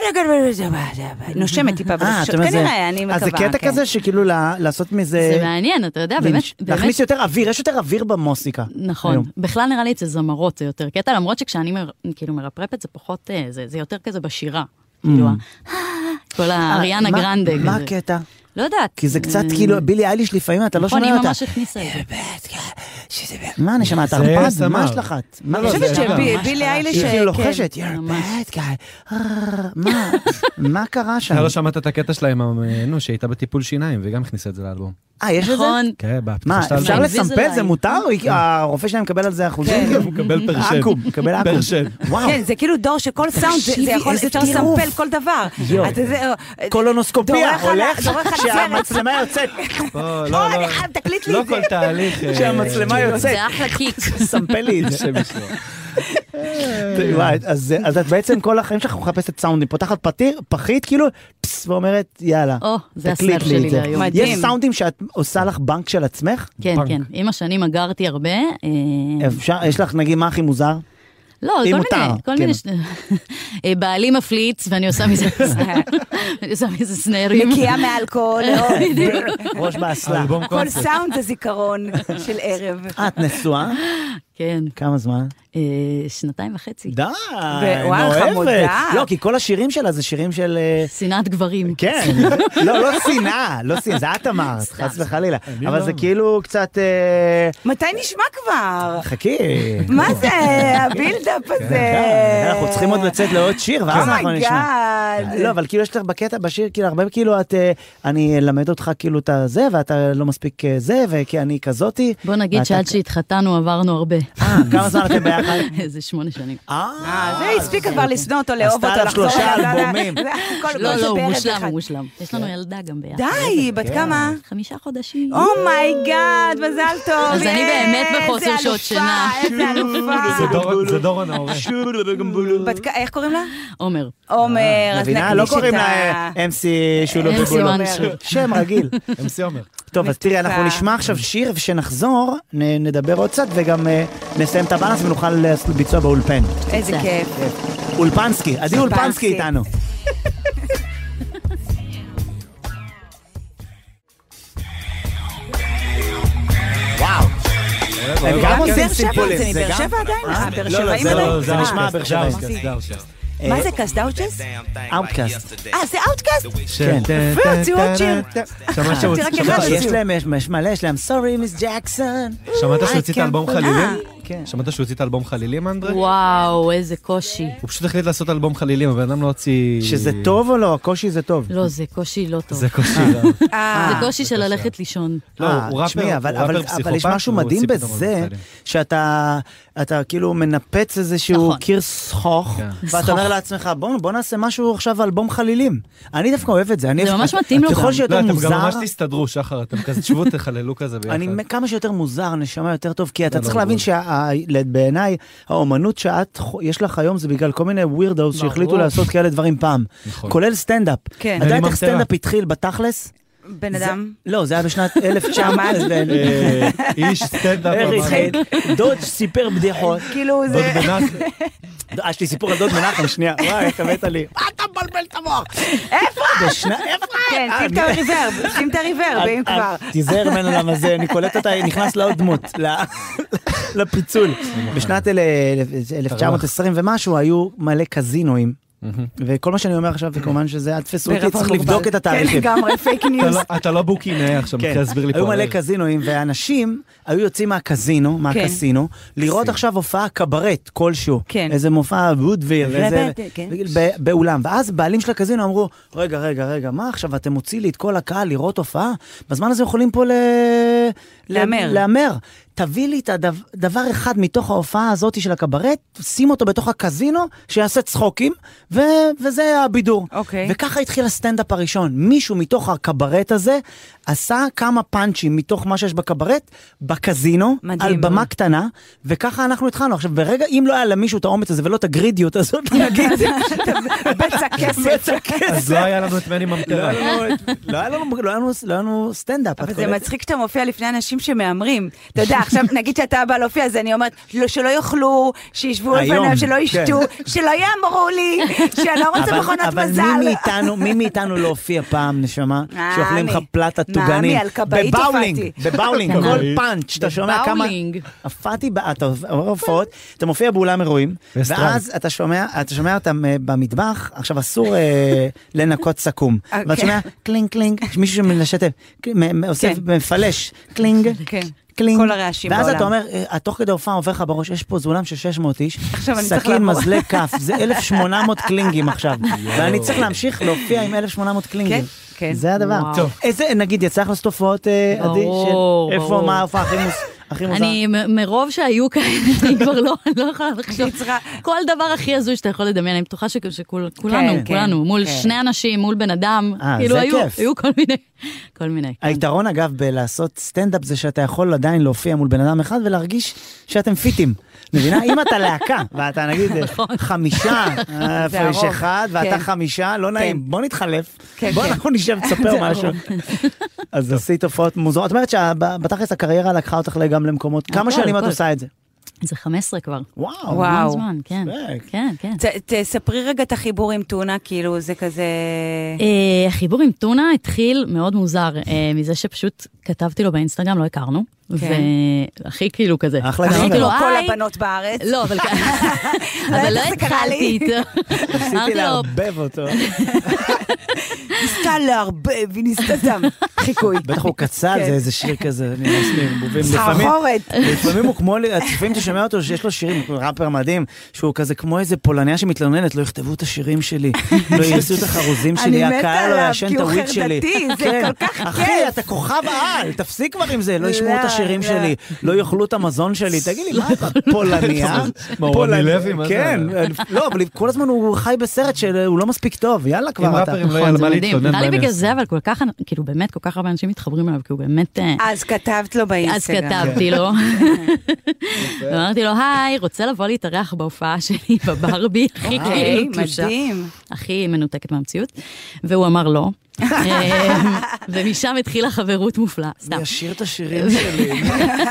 נושמת טיפה בלחישות, כנראה, אני מקווה. זה שכאילו לעשות מזה... זה מעניין, אתה יודע, באמת... להכניס יותר אוויר, יש יותר אוויר במוסיקה. נכון. בכלל נראה לי את זה זמרות, זה יותר קטע, למרות שכשאני כאילו מרפרפת, זה פחות... זה יותר כזה בשירה. כאילו, כל האריאנה גרנדה. מה הקטע? לא יודעת. כי זה קצת כאילו, בילי אייליש לפעמים, אתה לא שומע אותה. נכון, היא ממש הכניסה את זה. מה אני שמעת? הרפד? מה יש לך? אני חושבת שבילי אייליש... היא כאילו לוחשת, you're a bad guy. מה? מה קרה שם? אתה לא שמעת את הקטע שלה עם נו, שהייתה בטיפול שיניים, וגם הכניסה את זה לאלבום. אה, יש את זה? כן, מה, אפשר לסמפל? זה מותר? הרופא שלהם מקבל על זה אחוזים? הוא מקבל פרשן. אקום, מקבל אקום. פרשן. כן, זה כאילו דור שכל סאונד, זה יכול, אפשר לסמפל כל דבר. קולונוסקופיה, הולך שהמצלמה יוצאת. לא, אני חייב, תקליט לי לא את זה. כל תהליך. שהמצלמה יוצאת. זה אחלה קיק. סמפל לי את זה. אז את בעצם כל החיים שלך מחפשת סאונדים, פותחת פחית כאילו, ואומרת יאללה, תקליט לי את זה. יש סאונדים שאת עושה לך בנק של עצמך? כן, כן. עם השנים אגרתי הרבה. יש לך נגיד מה הכי מוזר? לא, כל מיני, כל מיני, בעלי מפליץ, ואני עושה מזה, אני עושה מזה סנרים. נקייה מאלכוהול, ראש באסלה. כל סאונד זה זיכרון של ערב. את נשואה? כן. כמה זמן? שנתיים וחצי. די, נואבת. לא, כי כל השירים שלה זה שירים של... שנאת גברים. כן, לא, לא שנאה, לא שנאה, זה את אמרת, חס וחלילה. אבל זה כאילו קצת... מתי נשמע כבר? חכי. מה זה, הבילדאפ הזה? אנחנו צריכים עוד לצאת לעוד שיר, ואז אנחנו נשמע. לא, אבל כאילו יש לך בקטע בשיר, כאילו הרבה כאילו את... אני אלמד אותך כאילו את זה, ואתה לא מספיק זה, וכי אני כזאתי. בוא נגיד שעד שהתחתנו עברנו הרבה. אה, כמה זמן אתם ביחד? איזה שמונה שנים. אה, זה הספיק כבר לשנוא אותו, לאהוב אותו, לחזור. עשתה שלושה אלבומים. לא, לא, הוא מושלם, הוא מושלם. יש לנו ילדה גם ביחד. די, בת כמה? חמישה חודשים. אומייגאד, נחמד, מזל טוב. אז אני באמת בחוסר שעות שינה. איזה אלופה. זה דורון ההורה. איך קוראים לה? עומר. עומר, אז נקדיש את ה... לא קוראים לה אם סי שולו בבולו. שם רגיל. אם סי עומר. טוב, אז תראי, אנחנו נשמע עכשיו שיר, ושנחזור, נדבר עוד קצת, וגם נסיים את הבאנס ונוכל לעשות ביצוע באולפן. איזה כיף. אולפנסקי, עדי אולפנסקי איתנו. וואו. הם גם עושים סימפולים. זה באר שבע עדיין? באר שבעים לא, עדיין? זה נשמע באר שבעים. מה זה קסדאוצ'ס? אאוטקאסט. אה, זה אאוטקאסט? כן. יפה, הוציאו עוד שיר. יש להם, יש מלא, יש להם, סורי מיס ג'קסון. שמעת שהוא הוציא את האלבום חלילים? שמעת שהוא הוציא את האלבום חלילים, אנדרי? וואו, איזה קושי. הוא פשוט החליט לעשות אלבום חלילים, אבל אדם לא הוציא... שזה טוב או לא? קושי זה טוב. לא, זה קושי לא טוב. זה קושי לא. זה קושי של ללכת לישון. לא, הוא ראפר, אבל יש משהו מדהים בזה, שאתה כאילו מנפץ איזשהו קיר סחוך, ואתה אומר לעצמך, בוא נעשה משהו עכשיו אלבום חלילים. אני דווקא אוהב את זה. זה ממש מתאים לו גם. ככל שיותר מוזר... אתם גם ממש תסתדרו, שחר, אתם כזה תשבו, תחללו כזה ביחד. אני כמה שיותר מוזר, נשמע יותר טוב, כי אתה צריך להבין שבעיניי, האומנות שאת, יש לך היום, זה בגלל כל מיני ווירדאוס שהחליטו לעשות כאלה דברים פעם. כולל סטנדאפ. אתה יודעת איך סטנדאפ התחיל בתכלס? בן אדם? לא, זה היה בשנת אלף תשע מאות. איש סטנדאפ. דוד סיפר בדיחות. כאילו זה... דוד מנחם. יש לי סיפור על דוד מנחם, שנייה. וואי, איך הבאת לי. מה אתה מבלבל את המוח? איפה? איפה? כן, שים את הריברב, שים את הריברב, אם כבר. תיזהר ממנו למה זה, אני קולט אותה, נכנס לעוד דמות, לפיצול. בשנת אלף תשע מאות עשרים ומשהו היו מלא קזינואים. וכל מה שאני אומר עכשיו זה כמובן שזה אל תפסו אותי, צריך לבדוק את התאריכים. כן, לגמרי, פייק ניוז. אתה לא בוקינא עכשיו, תסביר לי פה. היו מלא קזינואים, ואנשים היו יוצאים מהקזינו, מהקסינו, לראות עכשיו הופעה קברט כלשהו. איזה מופע וודוויר, באולם. ואז בעלים של הקזינו אמרו, רגע, רגע, רגע, מה עכשיו, אתם מוציא לי את כל הקהל לראות הופעה? בזמן הזה יכולים פה לאמר. תביא לי את הדבר אחד מתוך ההופעה הזאת של הקברט, שים אותו בתוך הקזינו, שיעשה צחוקים, ו- וזה הבידור. אוקיי. וככה התחיל הסטנדאפ הראשון. מישהו מתוך הקברט הזה, עשה כמה פאנצ'ים מתוך מה שיש בקברט, בקזינו, מדהים, על במה קטנה, וככה אנחנו התחלנו. עכשיו, ברגע, אם לא היה למישהו את האומץ הזה, ולא את הגרידיות הזאת, נגיד, בצע כסף. אז לא היה לנו את מני ממטרה. לא היה לנו סטנדאפ. אבל זה מצחיק שאתה מופיע לפני אנשים שמאמרים. אתה יודע, עכשיו נגיד שאתה בא להופיע, אז אני אומרת, שלא יאכלו, שישבו לפניו, שלא ישתו, שלא יאמרו לי, שאני לא רוצה מכונת מזל. אבל מי מאיתנו לא הופיע פעם, נשמה, שאוכלים לך פלטה טוגנים. בבאולינג, בבאולינג, כל פאנץ', אתה שומע כמה... הופעתי, אתה מופיע באולם אירועים, ואז אתה שומע, אתה שומע אותם במטבח, עכשיו אסור לנקות סכו"ם, ואתה שומע קלינג קלינג, מישהו שמלשתף, עושה מפלש, קלינג, קלינג, ואז אתה אומר, תוך כדי הופעה עובר לך בראש, יש פה זולם של שש מאות איש, סכין, מזלג כף, זה אלף שמונה מאות קלינגים עכשיו, ואני צריך להמשיך להופיע עם אלף שמונה מאות קלינגים. זה הדבר. איזה, נגיד, יצא לך לעשות הופעות, עדי, של איפה, מה ההופעה הכי מוזר? אני, מרוב שהיו כאלה, אני כבר לא יכולה לחשוב. כל דבר הכי הזוי שאתה יכול לדמיין, אני בטוחה שכולנו, כולנו, מול שני אנשים, מול בן אדם, כאילו היו כל מיני, כל מיני. היתרון אגב בלעשות סטנדאפ זה שאתה יכול עדיין להופיע מול בן אדם אחד ולהרגיש שאתם פיטים. מבינה? אם אתה להקה, ואתה נגיד חמישה, איפה יש אחד, ואתה חמישה, לא נעים, בוא נתחלף, בוא אנחנו נשב לספר משהו. אז עשית תופעות מוזרות. זאת אומרת שבתכלס הקריירה לקחה אותך גם למקומות, כמה שנים את עושה את זה? זה חמש עשרה כבר. וואו. וואו. זמן, כן. כן, כן. תספרי רגע את החיבור עם טונה, כאילו זה כזה... החיבור עם טונה התחיל מאוד מוזר, מזה שפשוט כתבתי לו באינסטגרם, לא הכרנו. והכי כאילו כזה. אחלה כאילו כל הבנות בארץ. לא, אבל אבל לא התחלתי איתו. ניסיתי להרבב אותו. ניסתה להרבב, היא ניסתה שם חיקוי. בטח הוא קצל, זה איזה שיר כזה. סחרחורת. לפעמים הוא כמו, לפעמים אתה שומע אותו שיש לו שירים, ראפר מדהים, שהוא כזה כמו איזה פולניה שמתלוננת, לא יכתבו את השירים שלי, לא יעשו את החרוזים שלי, הקהל לא ישן את הוויד שלי. זה כל כך כיף. אחי, אתה כוכב על, תפסיק כבר עם זה, לא ישמעו את השירים. השירים שלי, לא יאכלו את המזון שלי, תגיד לי, מה אתה פולניה? רוני לוי, מה זה? כן, לא, אבל כל הזמן הוא חי בסרט שהוא לא מספיק טוב, יאללה כבר. אם ראפרים לא יהיה למה להתלונן. נראה לי בגלל זה, אבל כל כך, כאילו באמת כל כך הרבה אנשים מתחברים אליו, כי הוא באמת... אז כתבת לו באינסטגרם. אז כתבתי לו. אמרתי לו, היי, רוצה לבוא להתארח בהופעה שלי בברבי, הכי כאילו תלושה. הכי מנותקת מהמציאות. והוא אמר לא. ומשם התחילה חברות מופלאה. אני אשיר את השירים שלי.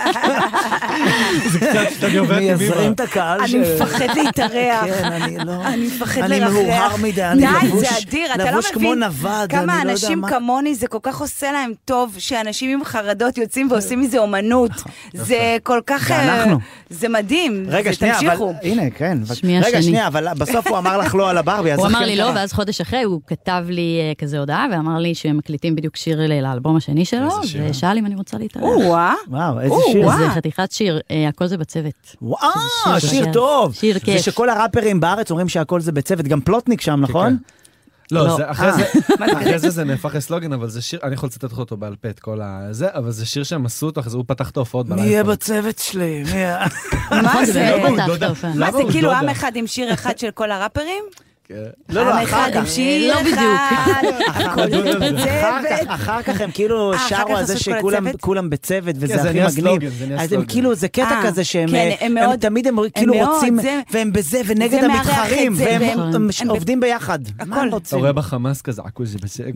זה קצת שאתה גובר טבעי. מייזרים את הקהל אני מפחד להתארח. כן, אני לא... אני מפחד אני לרחרח. מאוהר מדי, אני די, זה אדיר, אתה לא מבין כמה אנשים כמוני, זה כל כך עושה להם טוב, שאנשים עם חרדות יוצאים ועושים מזה אומנות. זה כל כך... זה מדהים. רגע, שנייה, אבל... הנה, כן. רגע, שנייה, אבל בסוף הוא אמר לך לא על הברבי. הוא אמר לי לא, ואז חודש אחרי הוא כתב לי כזה הודעה, ואמר לי שהם מקליטים בדיוק שיר לאלבום השני שלו, ושאל אם אני רוצה להתארח. וואו, איזה שיר. זה חתיכת שיר, הכל זה בצוות. וואו, שיר טוב. שיר כיף. זה שכל הראפרים בארץ אומרים שהכל זה בצוות, גם פלוטניק שם, נכון? לא, אחרי זה זה נהפך לסלוגן, אבל זה שיר, אני יכול לצטט אותו בעל פה את כל הזה, אבל זה שיר שהם עשו אותו, אחרי זה הוא פתח את ההופעות בלילה. מי יהיה בצוות שלי? מה זה? מה זה כאילו עם אחד עם שיר אחד של כל הראפרים? לא, לא, אחר כך. שיר אחד, אחר כך הם כאילו שרו על זה שכולם בצוות, וזה הכי מגניב. אז הם כאילו, זה קטע כזה שהם תמיד הם כאילו רוצים, והם בזה, ונגד המתחרים, והם עובדים ביחד. מה הם רוצים? אתה רואה בחמאס כזה, עקו זה בצוות.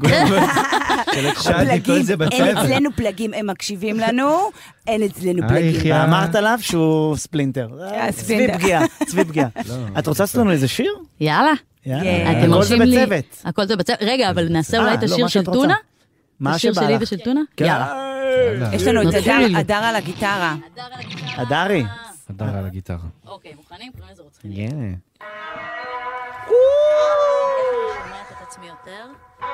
אין אצלנו פלגים, הם מקשיבים לנו, אין אצלנו פלגים. אמרת עליו שהוא ספלינטר. צבי פגיעה, צבי פגיעה. את רוצה לעשות לנו איזה שיר? יאללה. אתם מרשים לי, הכל זה בצוות, רגע, אבל נעשה אולי את השיר של טונה? מה השיר שלי ושל טונה? יאללה. יש לנו את הדר על הגיטרה. הדרי. הדר על הגיטרה. אוקיי, מוכנים? כולם איזה רוצחים. יאה. שומעת את עצמי יותר.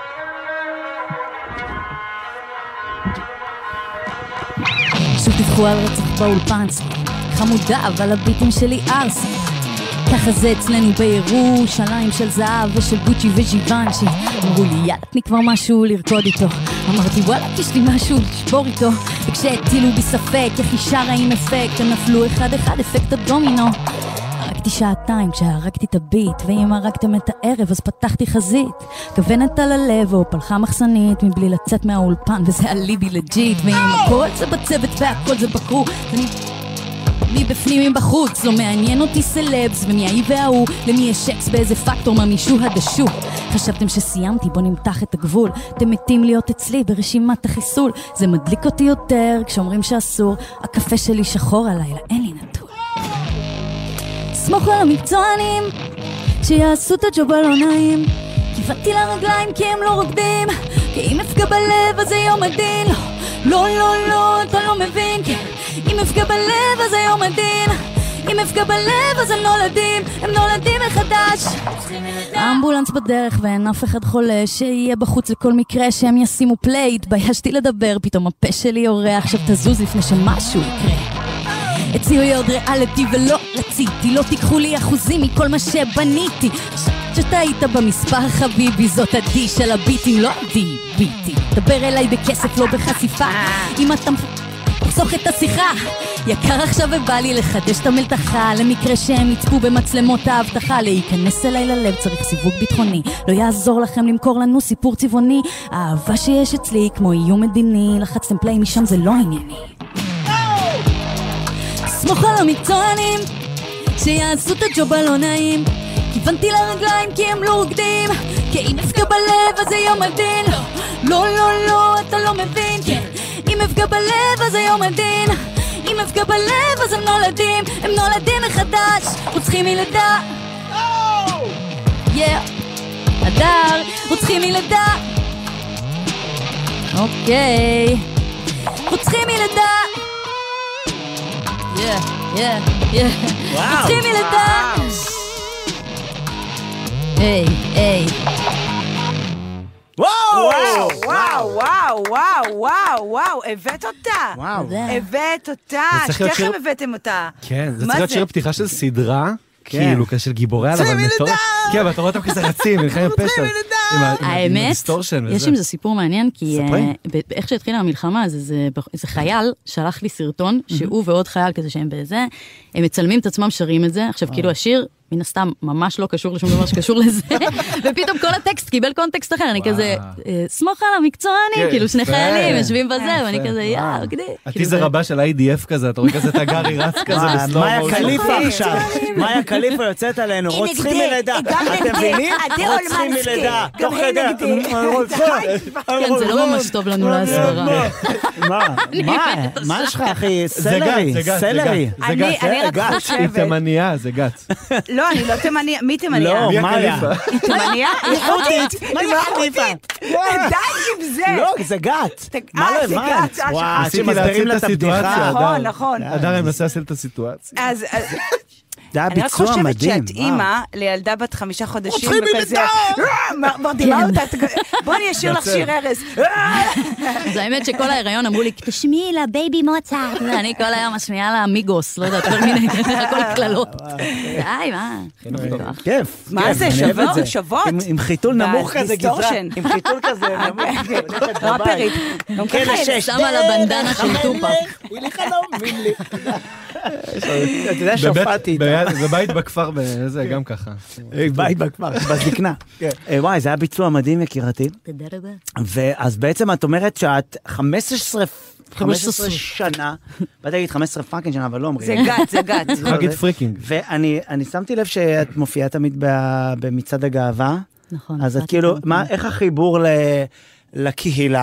שוב תבחו על רצח באולפן, חמודה, אבל הביטים שלי ארסי. ככה זה אצלנו בירושלים של זהב ושל גוצ'י וג'יוונצ'י. אמרו לי יאללה תני כבר משהו לרקוד איתו, אמרתי וואלה יש לי משהו לשבור איתו. וכשהטילו בי ספק איך היא שרה עם אפקט, הם נפלו אחד אחד אפקט הדומינו. הרגתי שעתיים כשהרגתי את הביט, ואם הרגתם את הערב אז פתחתי חזית כוונת על הלב או פלחה מחסנית מבלי לצאת מהאולפן, וזה עליבי לג'יט. ואם הכל זה בצוות והכל זה בקרו, אני מי בפנים מבחוץ, לא מעניין אותי סלבס ומי ההיא וההוא, למי יש שקס באיזה פקטור מהמישהו הדשו. חשבתם שסיימתי, בוא נמתח את הגבול, אתם מתים להיות אצלי ברשימת החיסול. זה מדליק אותי יותר כשאומרים שאסור, הקפה שלי שחור הלילה, אין לי נטול. סמוך על המקצוענים שיעשו את הג'וב הלא נעים, כיוונתי לרגליים כי הם לא רוקדים, כי אם אפגע בלב אז זה יום הדין. לא, לא, לא, אתה לא מבין, כן, אם אפגע בלב אז זה יום הדין, אם אפגע בלב אז הם נולדים, הם נולדים מחדש. האמבולנס בדרך ואין אף אחד חולה, שיהיה בחוץ לכל מקרה שהם ישימו פליי. התביישתי לדבר, פתאום הפה שלי יורה, עכשיו תזוז לפני שמשהו יקרה. הציעו עוד ריאליטי ולא רציתי, לא תיקחו לי אחוזים מכל מה שבניתי. שאתה היית במספר חביבי, זאת הדי של הביטים, לא די ביטי. דבר אליי בכסף, לא בחשיפה, אם אתה תחסוך את השיחה. יקר עכשיו ובא לי לחדש את המלתחה, למקרה שהם יצפו במצלמות ההבטחה. להיכנס אליי ללב צריך סיווג ביטחוני, לא יעזור לכם למכור לנו סיפור צבעוני. האהבה שיש אצלי כמו איום מדיני, לחצתם פליי משם זה לא ענייני. סמוך על המקצוענים שיעשו את הג'וב הלא נעים, כיוונתי לרגליים כי הם לא רוקדים, כי אם אפגע בלב אז זה יום הדין. לא, לא, לא, אתה לא מבין, כן, אם אפגע בלב אז זה יום הדין, אם אפגע בלב אז הם נולדים, הם נולדים מחדש, רוצחים מלידה. יא, הדר, רוצחים מלידה. אוקיי, רוצחים מלידה. יא, יא, יא, רוצחים מלידה. היי, היי. וואו, וואו, וואו, וואו, וואו, וואו, הבאת אותה. וואו. הבאת אותה, שתיכם הבאתם אותה. כן, זה צריך להיות שיר פתיחה של סדרה, כאילו, של גיבורי על המנטור. כן, ואתה רואה אותם כזה רצים, נלחמים פשע. האמת, יש עם זה סיפור מעניין, כי איך שהתחילה המלחמה, זה חייל שלח לי סרטון, שהוא ועוד חייל כזה שהם באיזה, הם מצלמים את עצמם, שרים את זה, עכשיו כאילו השיר, מן הסתם ממש לא קשור לשום דבר שקשור לזה, ופתאום כל הטקסט קיבל קונטקסט אחר, אני כזה, סמוך על המקצועני, כאילו שני חיילים יושבים בזה, ואני כזה, יאו, גדי. הטיזר הבא של איי די אף כזה, אתה רואה כזה את הגרי רץ כזה בסלום. מאיה קליפה עכשיו, מאיה קליפה יוצאת עלינו, רוצחים מלידה. אתם מבינים? רוצחים מלידה. תוך כדי, כן, זה לא ממש טוב לנו להסברה. מה? מה יש לך, אחי? סלרי, סלרי. אני רק חושבת. היא תימניה, זה גץ. לא, אני לא תימניה. מי תימניה? לא, מאיה. היא תימניה? היא חותית. מאיה חותית. די עם זה. לא, זה גת. מה לא הבנת? וואו, עשיתי להציל את הסיטואציה. נכון, נכון. אדר, אני מנסה להציל את הסיטואציה. אז... זה היה ביצוע מדהים. אני רק חושבת שאת אימא לילדה בת חמישה חודשים וכזה, מרדימה אותה, בוא אני אשאיר לך שיר ארז. זה האמת שכל ההיריון אמרו לי, תשמיעי לה בייבי מוצרט, ואני כל היום משמיעה לה מיגוס, לא יודעת, כל מיני, הכל כללות. די, מה? כיף. מה זה, שוות? עם חיתול נמוך כזה גזרה. עם חיתול כזה נמוך. רפרית. שמה לה בנדנה של טופק. היא לי חלום, מילי. אתה יודע, שופעתי איתה. זה בית בכפר, זה גם ככה. בית בכפר, בזקנה. וואי, זה היה ביצוע מדהים, יקירתי. תודה רבה. ואז בעצם את אומרת שאת חמש עשרה שנה, באתי להגיד חמש עשרה פאקינג שנה, אבל לא אומרים. זה גת, זה גת. צריך להגיד פריקינג. ואני שמתי לב שאת מופיעה תמיד במצעד הגאווה. נכון. אז את כאילו, איך החיבור לקהילה?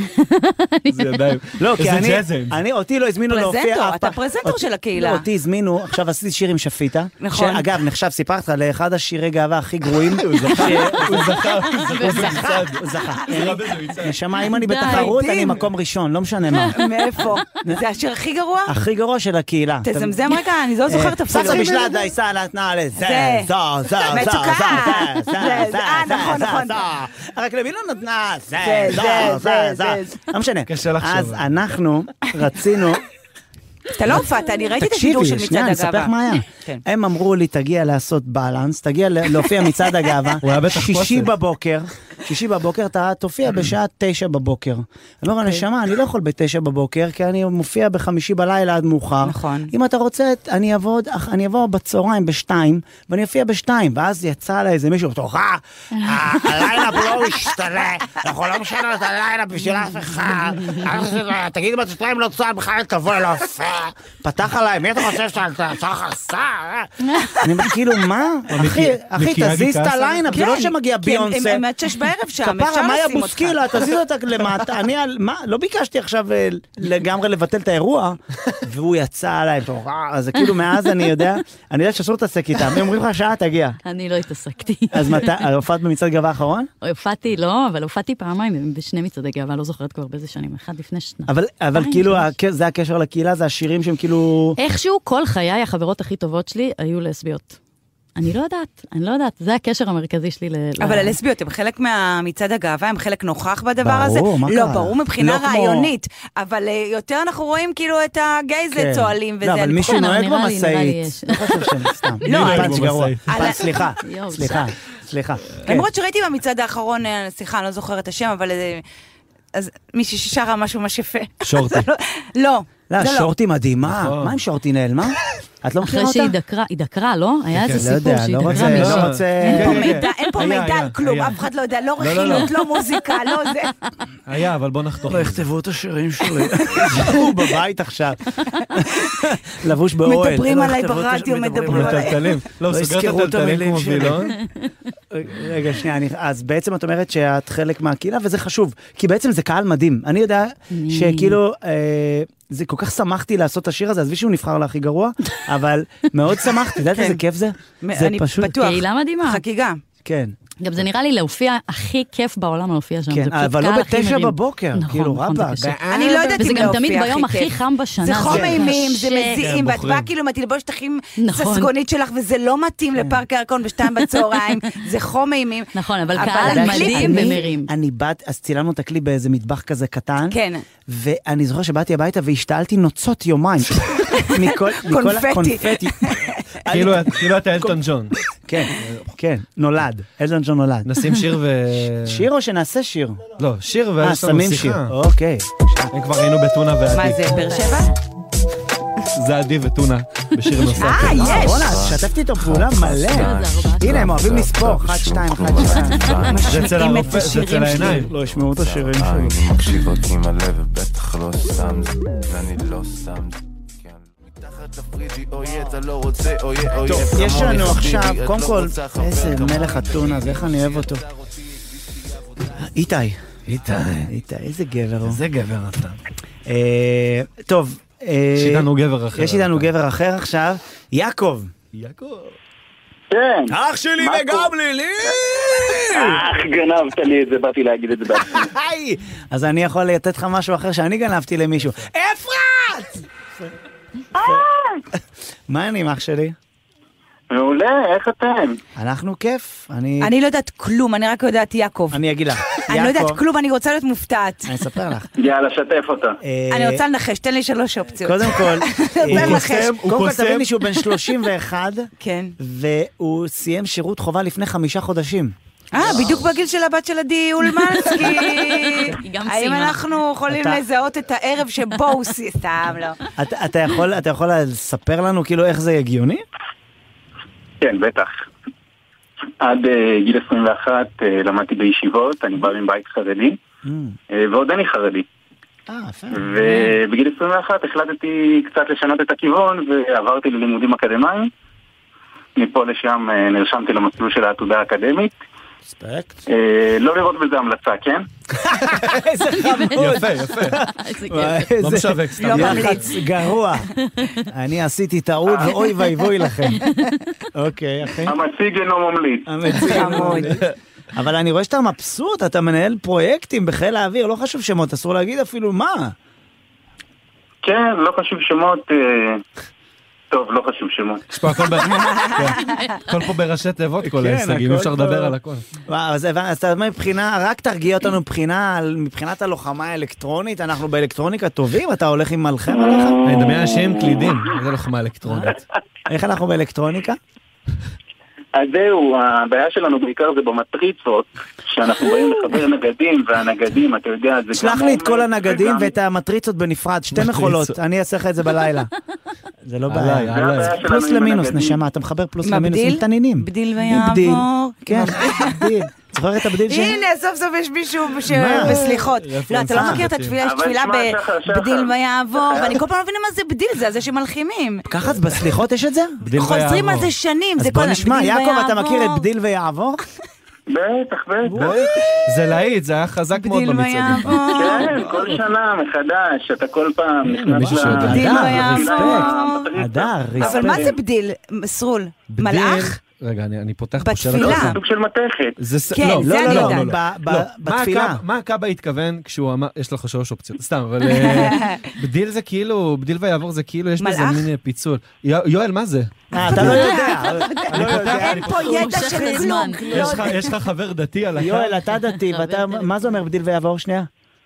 זה ידיים. לא, כי אני, אותי לא הזמינו להופיע. פרזנטור, אתה פרזנטור של הקהילה. לא, אותי הזמינו, עכשיו עשיתי שיר עם שפיטה. נכון. שאגב, נחשב, סיפרת לאחד השירי גאווה הכי גרועים. הוא זכה. הוא זכה. הוא זכה. הוא זכה. נשמע, אם אני בתחרות, אני מקום ראשון, לא משנה מה. מאיפה? זה השיר הכי גרוע? הכי גרוע של הקהילה. תזמזם רגע, אני לא זוכרת אפילו. סבתא בשלט דייסה נתנה לזה, זו, זו, זו, מצוקה. זו, זו, נכון, נכון. רק למי לא נתנה? זה, זו, זו, זו. לא משנה. אז אנחנו רצינו... אתה לא הופעת, אני ראיתי את השידור של מצעד הגאווה. תקשיבי, שנייה, נספר מה היה. הם אמרו לי, תגיע לעשות בלנס, תגיע להופיע מצעד הגאווה, שישי בבוקר, שישי בבוקר, אתה תופיע בשעה תשע בבוקר. אני אומר, הנשמה, אני לא יכול בתשע בבוקר, כי אני מופיע בחמישי בלילה עד מאוחר. נכון. אם אתה רוצה, אני אבוא בצהריים בשתיים, ואני אופיע בשתיים, ואז יצא לה איזה מישהו, תוכה, הלילה פה לא משתנה, אנחנו לא משנה את הלילה בשביל אף אחד, תגיד בתשתיים לא צועד, בכלל תבוא להופיע. פתח עליי, מי אתה חושב שאתה צריך עשה? אני אומר, כאילו, מה? אחי, תזיז את הליינאפ, זה לא שמגיע ביונסה. כי הם עד שש בערב שם, אפשר לשים אותך. כפרה, מאיה בוסקילה, תזיז אותה למטה. אני, לא ביקשתי עכשיו לגמרי לבטל את האירוע, והוא יצא עליי, אז כאילו, מאז אני יודע, אני יודע שאסור להתעסק איתם. הם אומרים לך, שעה, תגיע. אני לא התעסקתי. אז מתי, הופעת במצעד גאווה האחרון? הופעתי, לא, אבל הופעתי פעמיים בשני מצעדי גאווה, לא זוכרת כבר באיזה שנים, אחד לפני שנה. אבל כאילו, זה הקשר לקהילה, זה השירים שהם כאילו... איכשהו כל חיי החברות הכי טובות שלי היו לסביות. אני לא יודעת, אני לא יודעת, זה הקשר המרכזי שלי ל... אבל הלסביות, הם חלק מהמצעד הגאווה, הם חלק נוכח בדבר הזה? ברור, מה קרה? לא, ברור מבחינה רעיונית, אבל יותר אנחנו רואים כאילו את הגייז צועלים וזה. לא, אבל מישהו נוהג במשאית. לא חושב שאני סתם. לא, פאנץ' גרוע. סליחה, סליחה, סליחה. למרות שראיתי במצעד האחרון, סליחה, אני לא זוכרת את השם, אבל... אז מישהי ששרה משהו ממש יפה. שורטי. לא. לא, שורטי מדהימה. מה עם שורטי נעלמה? את לא מכירה אותה? אחרי שהיא דקרה, היא דקרה, לא? היה איזה סיפור שהיא דקרה מישהו. מישהו. לא רוצה... אין פה מידע על כלום, אף אחד לא יודע, לא רכילות, לא מוזיקה, לא זה. היה, אבל בוא נחתוך. לא יכתבו את השירים שלי. הוא בבית עכשיו. לבוש באוהל. מדברים עליי ברדיו, מדברים עליי. לא, סוגרת את הטלטלים כמו וילון. רגע, שנייה, אז בעצם את אומרת שאת חלק מהקהילה, וזה חשוב, כי בעצם זה קהל מדהים. אני יודע שכאילו... זה כל כך שמחתי לעשות את השיר הזה, עזבי שהוא נבחר להכי גרוע, אבל מאוד שמחתי, יודעת איזה כיף זה? זה פשוט... קהילה מדהימה. חגיגה. כן. גם זה נראה לי להופיע הכי כיף בעולם להופיע שם. כן, אבל לא בתשע בבוקר, כאילו רבה. אני לא יודעת אם להופיע הכי כיף. וזה גם תמיד ביום הכי חם בשנה. זה חום אימים, זה מזיעים, ואת באה כאילו מתלבושת הכי ססגונית שלך, וזה לא מתאים לפארק הירקון בשתיים בצהריים, זה חום אימים. נכון, אבל קהל מדהים ומרים. אני באת, אז צילמנו את הקליפ באיזה מטבח כזה קטן, כן. ואני זוכר שבאתי הביתה והשתעלתי נוצות יומיים. קונפטי. כאילו אתה אלטון ג'ון. כן, כן, נולד. אלטון ג'ון נולד. נשים שיר ו... שיר או שנעשה שיר? לא, שיר ויש לנו שמים שיחה. שיר, אוקיי. הם כבר היינו בטונה ועדי. מה זה, באר שבע? זה עדי וטונה, בשיר נוסף. אה, יש! בוא'נה, שתפתי איתו פעולה מלא. הנה, הם אוהבים לספור. אחת, שתיים, אחת, שתיים. זה אצל הרופא, זה אצל העיניים. לא ישמעו את השירים שלי. אני מקשיב אותי מלא ובטח לא שם זה, ואני לא שם זה. טוב, יש לנו עכשיו, קודם כל, איזה מלך אתונה, זה איך אני אוהב אותו. איתי. איתי. איתי, איזה גבר הוא. איזה גבר אתה. טוב. יש איתנו גבר אחר. יש איתנו גבר אחר עכשיו. יעקב. יעקב. כן. אח שלי וגם לילי! אך, גנבת לי את זה, באתי להגיד את זה בעצמי. אז אני יכול לתת לך משהו אחר שאני גנבתי למישהו. אפרת! מה העניינים, אח שלי? מעולה, איך אתם? אנחנו כיף. אני לא יודעת כלום, אני רק יודעת יעקב. אני אגיד לך. אני לא יודעת כלום, אני רוצה להיות מופתעת. אני אספר לך. יאללה, שתף אותה. אני רוצה לנחש, תן לי שלוש אופציות. קודם כל, הוא קוסם, קודם כל תבין לי שהוא בן שלושים ואחת, כן. והוא סיים שירות חובה לפני חמישה חודשים. אה, בדיוק בגיל של הבת של עדי אולמנסקי. היא גם האם סיימה. אנחנו יכולים לזהות את הערב שבו הוא סיים? סתם לא. אתה יכול לספר לנו כאילו איך זה הגיוני? כן, בטח. עד uh, גיל עשרים ואחת uh, למדתי בישיבות, אני בא מבית חרדי, mm. uh, ועוד אני חרדי. אה, יפה. ובגיל עשרים ואחת החלטתי קצת לשנות את הכיוון, ועברתי ללימודים אקדמיים. מפה לשם uh, נרשמתי למסלול של העתודה האקדמית. ספקט. Uh, לא לראות בזה המלצה, כן? איזה חמוד. יפה, יפה. לא משווק, סתם. יחץ גרוע. אני עשיתי טעות ואוי ואיבוי לכם. אוקיי, אחי. המציג אינו ממליץ. המציג אינו ממליץ. אבל אני רואה שאתה מבסוט, אתה מנהל פרויקטים בחיל האוויר, לא חשוב שמות, אסור להגיד אפילו מה. כן, לא חשוב שמות. טוב, לא חשוב שמות. יש פה הכל פה בראשי תיבות, כל ההישגים, אפשר לדבר על הכל. אז אתה אומר מבחינה, רק תרגיע אותנו מבחינת הלוחמה האלקטרונית, אנחנו באלקטרוניקה טובים, אתה הולך עם מלחם עליך? אני מדמיין אנשים קלידים, איזה לוחמה אלקטרונית. איך אנחנו באלקטרוניקה? אז זהו, הבעיה שלנו בעיקר זה במטריצות, שאנחנו באים לחבר נגדים, והנגדים, אתה יודע, זה... שלח לי את כל הנגדים ואת המטריצות בנפרד, שתי מכולות, אני אעשה לך את זה בלילה. זה לא בעיה. פלוס למינוס, נשמה, אתה מחבר פלוס למינוס עם תנינים. בדיל ויעבור. כן, בדיל. זוכר את הבדיל שלי? הנה, סוף סוף יש מישהו בסליחות. לא, אתה לא מכיר את התפילה, יש תפילה בבדיל ויעבור, ואני כל פעם מבינה מה זה בדיל, זה הזה שמלחימים. ככה בסליחות יש את זה? חוזרים על זה שנים. אז בוא נשמע, יעקב, אתה מכיר את בדיל ויעבור? בטח, בטח. זה להיט, זה היה חזק מאוד במצעדים. כן, כל שנה מחדש, אתה כל פעם נכנס ל... בדיל ויעבור. אדר, ריספקט. אבל מה זה בדיל? סרול? מלאך? רגע, אני פותח פה שאלה. בתפילה. סוג של מתכת. כן, זה אני יודעת. בתפילה. מה הקאבה התכוון כשהוא אמר, יש לך שלוש אופציות, סתם, אבל בדיל זה כאילו, בדיל ויעבור זה כאילו, יש בזה מין פיצול. יואל, מה זה? אתה לא יודע. אין פה ידע של כלום. יש לך חבר דתי על הקו? יואל, אתה דתי, מה זה אומר בדיל ויעבור שנייה?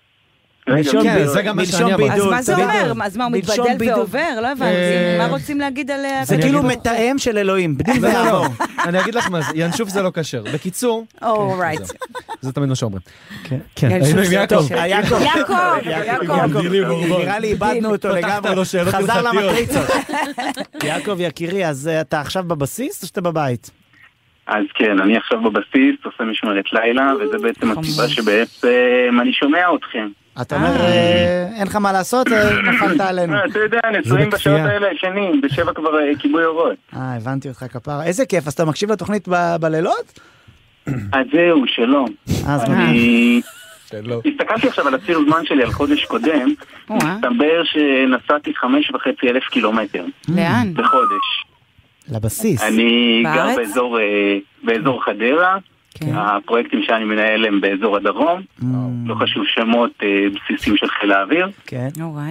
זה גם מה שאני אמר. אז מה זה אומר? אז מה, הוא מתבדל ועובר? לא הבנתי. מה רוצים להגיד עליה? זה כאילו מתאם של אלוהים, בדיל ויעבור. אני אגיד לך מה זה, ינשוף זה לא קשר. בקיצור... אורייט. זה תמיד מה שאומרים. כן. יעקב. יעקב. יעקב. נראה לי איבדנו אותו לגמרי. חזר למטריצות. יעקב יקירי, אז אתה עכשיו בבסיס או שאתה בבית? אז כן, אני עכשיו בבסיס, עושה משמרת לילה, וזה בעצם הסיבה שבעצם אני שומע אתכם. אתה אומר, אין לך מה לעשות, נפלת עלינו. אתה יודע, נשואים בשעות האלה שנים, בשבע כבר כיבוי אורות. אה, הבנתי אותך כפרה. איזה כיף, אז אתה מקשיב לתוכנית בלילות? אז זהו, שלום. אני... הסתכלתי עכשיו על הציר זמן שלי על חודש קודם, מסתבר שנסעתי חמש וחצי אלף קילומטר. לאן? בחודש. לבסיס. אני גר באזור, באזור חדרה, הפרויקטים שאני מנהל הם באזור הדרום, לא חשוב שמות בסיסים של חיל האוויר. כן.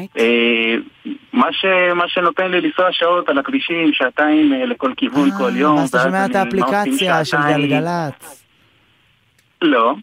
מה שנותן לי לנסוע שעות על הכבישים, שעתיים לכל כיוון כל יום. אז אתה שומע את האפליקציה של גלגלת. לא.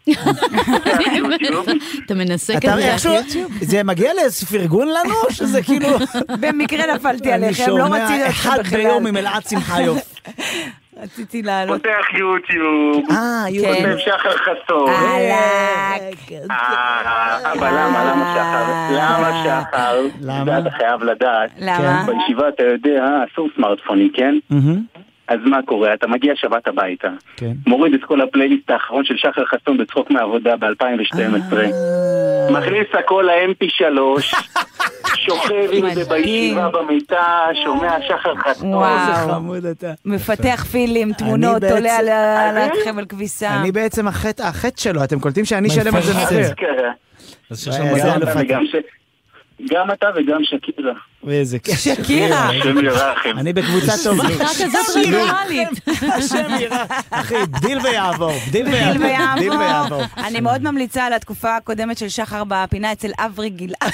אתה מנסה כזה. זה מגיע לאיזה פרגון לנו, שזה כאילו... במקרה נפלתי עליכם, לא אני רציתי... שומע אחד ביום עם אלעד שמחיוף. רציתי לעלות. פותח יוטיוב. אה, יוטיוב. כותב שחר חסון. אהלק. אבל למה, למה שחר? למה שחר? למה? אתה חייב לדעת. למה? בישיבה אתה יודע, אסור סמארטפונים, כן? אז מה קורה? אתה מגיע שבת הביתה, מוריד את כל הפלייליסט האחרון של שחר חסון בצחוק מעבודה ב-אלפיים ושתים עשרה, מכניס הכל ל-אם פי שלוש, שוכב עם זה בישיבה במיטה, שומע שחר חסון. וואו, מפתח פילים, תמונות, עולה על החבל כביסה. אני בעצם החטא שלו, אתם קולטים שאני שלם על זה מחיר. אז שיש לנו מזל לפתח. גם אתה וגם שקירה. ואיזה כיף. שקירה. השם ירחם. אני בקבוצה טובה. רק כזאת רנדומלית. השם ירחם. אחי, בדיל ויעבור. בדיל ויעבור. אני מאוד ממליצה על התקופה הקודמת של שחר בפינה אצל אברי גלעד.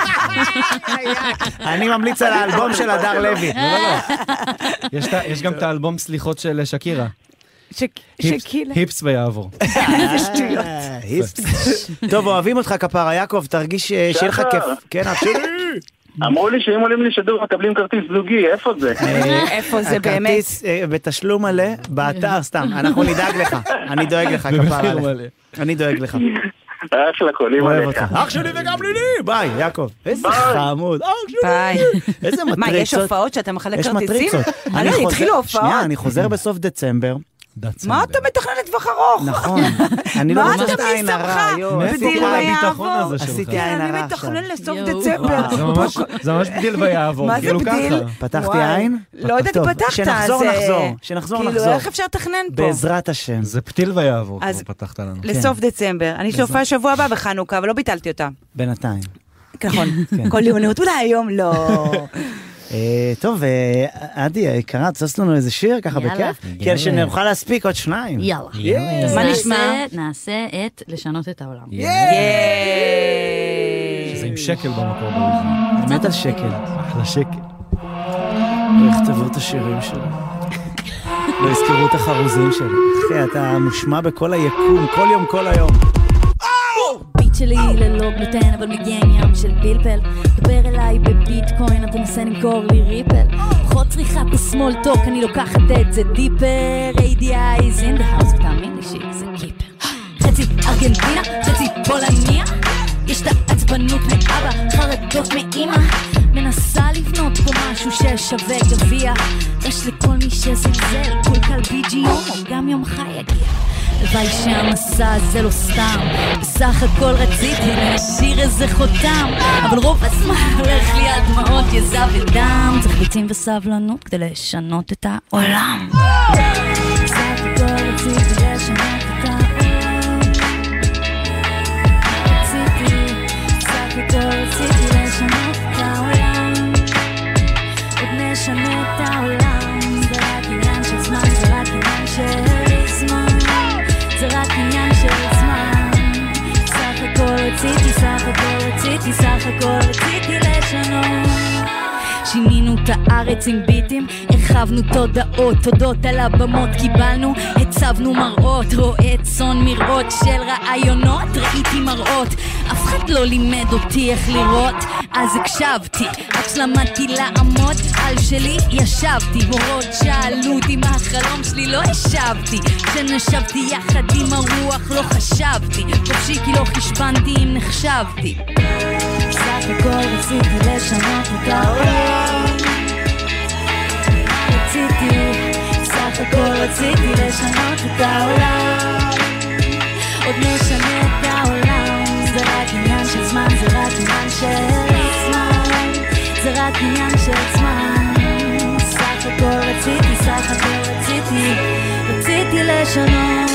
אני ממליץ על האלבום של הדר לוי. יש גם את האלבום סליחות של שקירה. שקילה. היפס ויעבור. איזה שטויות. טוב, אוהבים אותך כפרה, יעקב, תרגיש שיהיה לך כיף. כן, אפשר. אמרו לי שאם עולים לי שידור מקבלים כרטיס זוגי, איפה זה? איפה זה באמת? הכרטיס בתשלום מלא, באתר, סתם, אנחנו נדאג לך. אני דואג לך כפרה. אני דואג לך. אחלה, קולים עליך. אח שלי וגם לילי! ביי, יעקב. איזה חמוד. אח שלי! ביי. איזה מטריצות. מה, יש הופעות שאתה מחלק כרטיסים? יש מטריצות. אני התחילו הופעות. שנייה, אני חוזר בסוף דצמבר. מה אתה מתכנן לטווח ארוך? נכון. אני לא מה אתה מסמך? בדיל ויעבור. עשיתי עין הרע. אני מתכנן לסוף דצמבר. זה ממש בדיל ויעבור. מה זה בדיל? פתחתי עין? לא יודעת אם פתחת. שנחזור, נחזור. שנחזור, נחזור. כאילו, איך אפשר לתכנן פה? בעזרת השם. זה פתיל ויעבור, כבר פתחת לנו. לסוף דצמבר. אני יש לי הופעה שבוע הבא בחנוכה, אבל לא ביטלתי אותה. בינתיים. נכון. כל ליוניות, אולי היום לא. טוב, עדי, יקרה, תעשה לנו איזה שיר ככה בכיף? כי שנוכל להספיק עוד שניים. יאללה. מה נשמע? נעשה את לשנות את העולם. שזה עם שקל במקור בריחה. באמת על שקל. אחלה שקל. לא יכתבו את השירים שלו. לא יזכרו את החרוזים שלו. אחי, אתה מושמע בכל היקום, כל יום, כל היום. ביט שלי ללא גלוטן אבל מגיע עם ים של פלפל, דבר אליי בביטקוין אתה נסה למכור לי ריפל, פחות צריכת השמאל טוק אני לוקחת את זה דיפר, איי די איי is in the house ותאמין לי שזה קיפר, חצי ארגנטינה חצי פולניה, יש את העצבנות מאבא חרדות מאמא, מנסה לבנות פה משהו ששווה גביע, יש לכל מי שזלזל כל קל בי ג'י או גם יום חי יגיע, הלוואי שהמסע הזה לא סתם, בסך הכל רציתי להשאיר איזה חותם, אבל רוב הזמן הולך לי על דמעות יזע ודם, צריך ביצים וסבלנות כדי לשנות את העולם. בסך הכל רציתי לשנות את העולם, רציתי, בסך הכל רציתי לשנות את העולם, עוד נשנה את העולם, זה רק עניין של זמן, זה רק עניין של זמן, זה רק עניין של זמן, סך הכל רציתי, סך הכל רציתי, סך הכל רציתי לשנות, שינינו את הארץ עם ביטים, הרחבנו תודעות, תודות על הבמות קיבלנו, הצבנו מראות, רואה צאן מראות של רעיונות, ראיתי מראות, אף אחד לא לימד אותי איך לראות, אז הקשבתי, רק שלמדתי לעמוד, על שלי ישבתי, מורות שאלו אותי מה החלום שלי, לא השבתי, כשנשבתי יחד עם הרוח לא חשבתי, חופשי כי לא חשבנתי אם נחשבתי, סך הכל רציתי לשנות את העולם, רציתי, סך הכל רציתי לשנות את העולם, עוד נשנה את העולם, זה רק עניין של זמן, זה רק עניין של זמן, זה רק עניין של זמן, סך הכל רציתי, סך הכל רציתי, רציתי לשנות,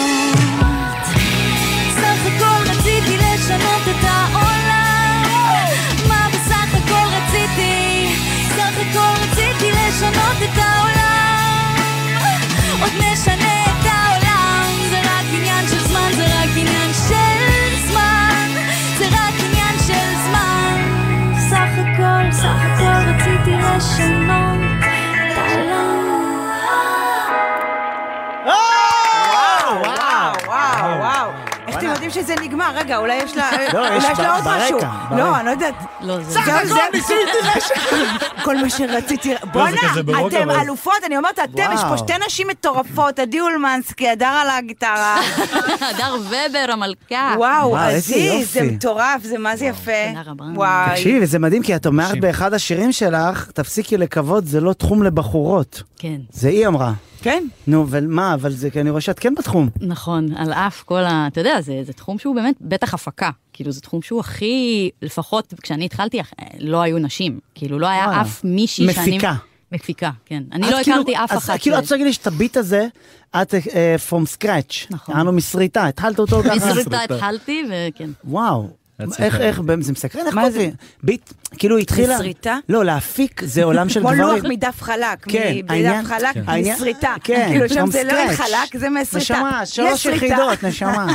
סך הכל רציתי לשנות את העולם, מה בסך הכל רציתי, סך הכל רציתי לשנות את העולם, עוד נשנה את העולם, זה רק עניין של זמן, זה רק עניין של זמן, זה רק עניין של זמן, סך הכל, סך הכל רציתי לשנות את העולם. וואו, וואו, וואו. איך אתם יודעים יודעים שזה נגמר. רגע, אולי יש לה אולי יש לה עוד משהו. לא, אני לא יודעת. סך הכל ניסיתי נשק. כל מה שרציתי. בוא'נה, אתם אלופות, אני אומרת, אתם, יש פה שתי נשים מטורפות, עדי אולמנסקי, הדר על הגיטרה. הדר ובר, המלכה. וואו, עזי, זה מטורף, זה מה זה יפה. תקשיבי, זה מדהים, כי את אומרת באחד השירים שלך, תפסיקי לקוות, זה לא תחום לבחורות. כן. זה היא אמרה. כן. נו, ומה, אבל זה, אני רואה שאת כן בתחום. נכון, על אף כל ה... אתה יודע, זה, זה תחום שהוא באמת בטח הפקה. כאילו, זה תחום שהוא הכי... לפחות כשאני התחלתי, לא היו נשים. כאילו, לא היה אף מישהי שאני... מפיקה. מפיקה, כן. אני לא הכרתי אף אחת. כאילו, את רוצה להגיד לי שאת הביט הזה, את from scratch. נכון. אנו מסריטה, התחלת אותו ככה. מסריטה התחלתי, וכן. וואו. איך, איך, זה מסקרן? איך כותבים? ביט, כאילו התחילה... מסריטה? לא, להפיק זה עולם של דברים. כמו לוח מדף חלק, מדף חלק, מסריטה. כאילו שם זה לא חלק, זה מסריטה. נשמה, שלוש יחידות, נשמה.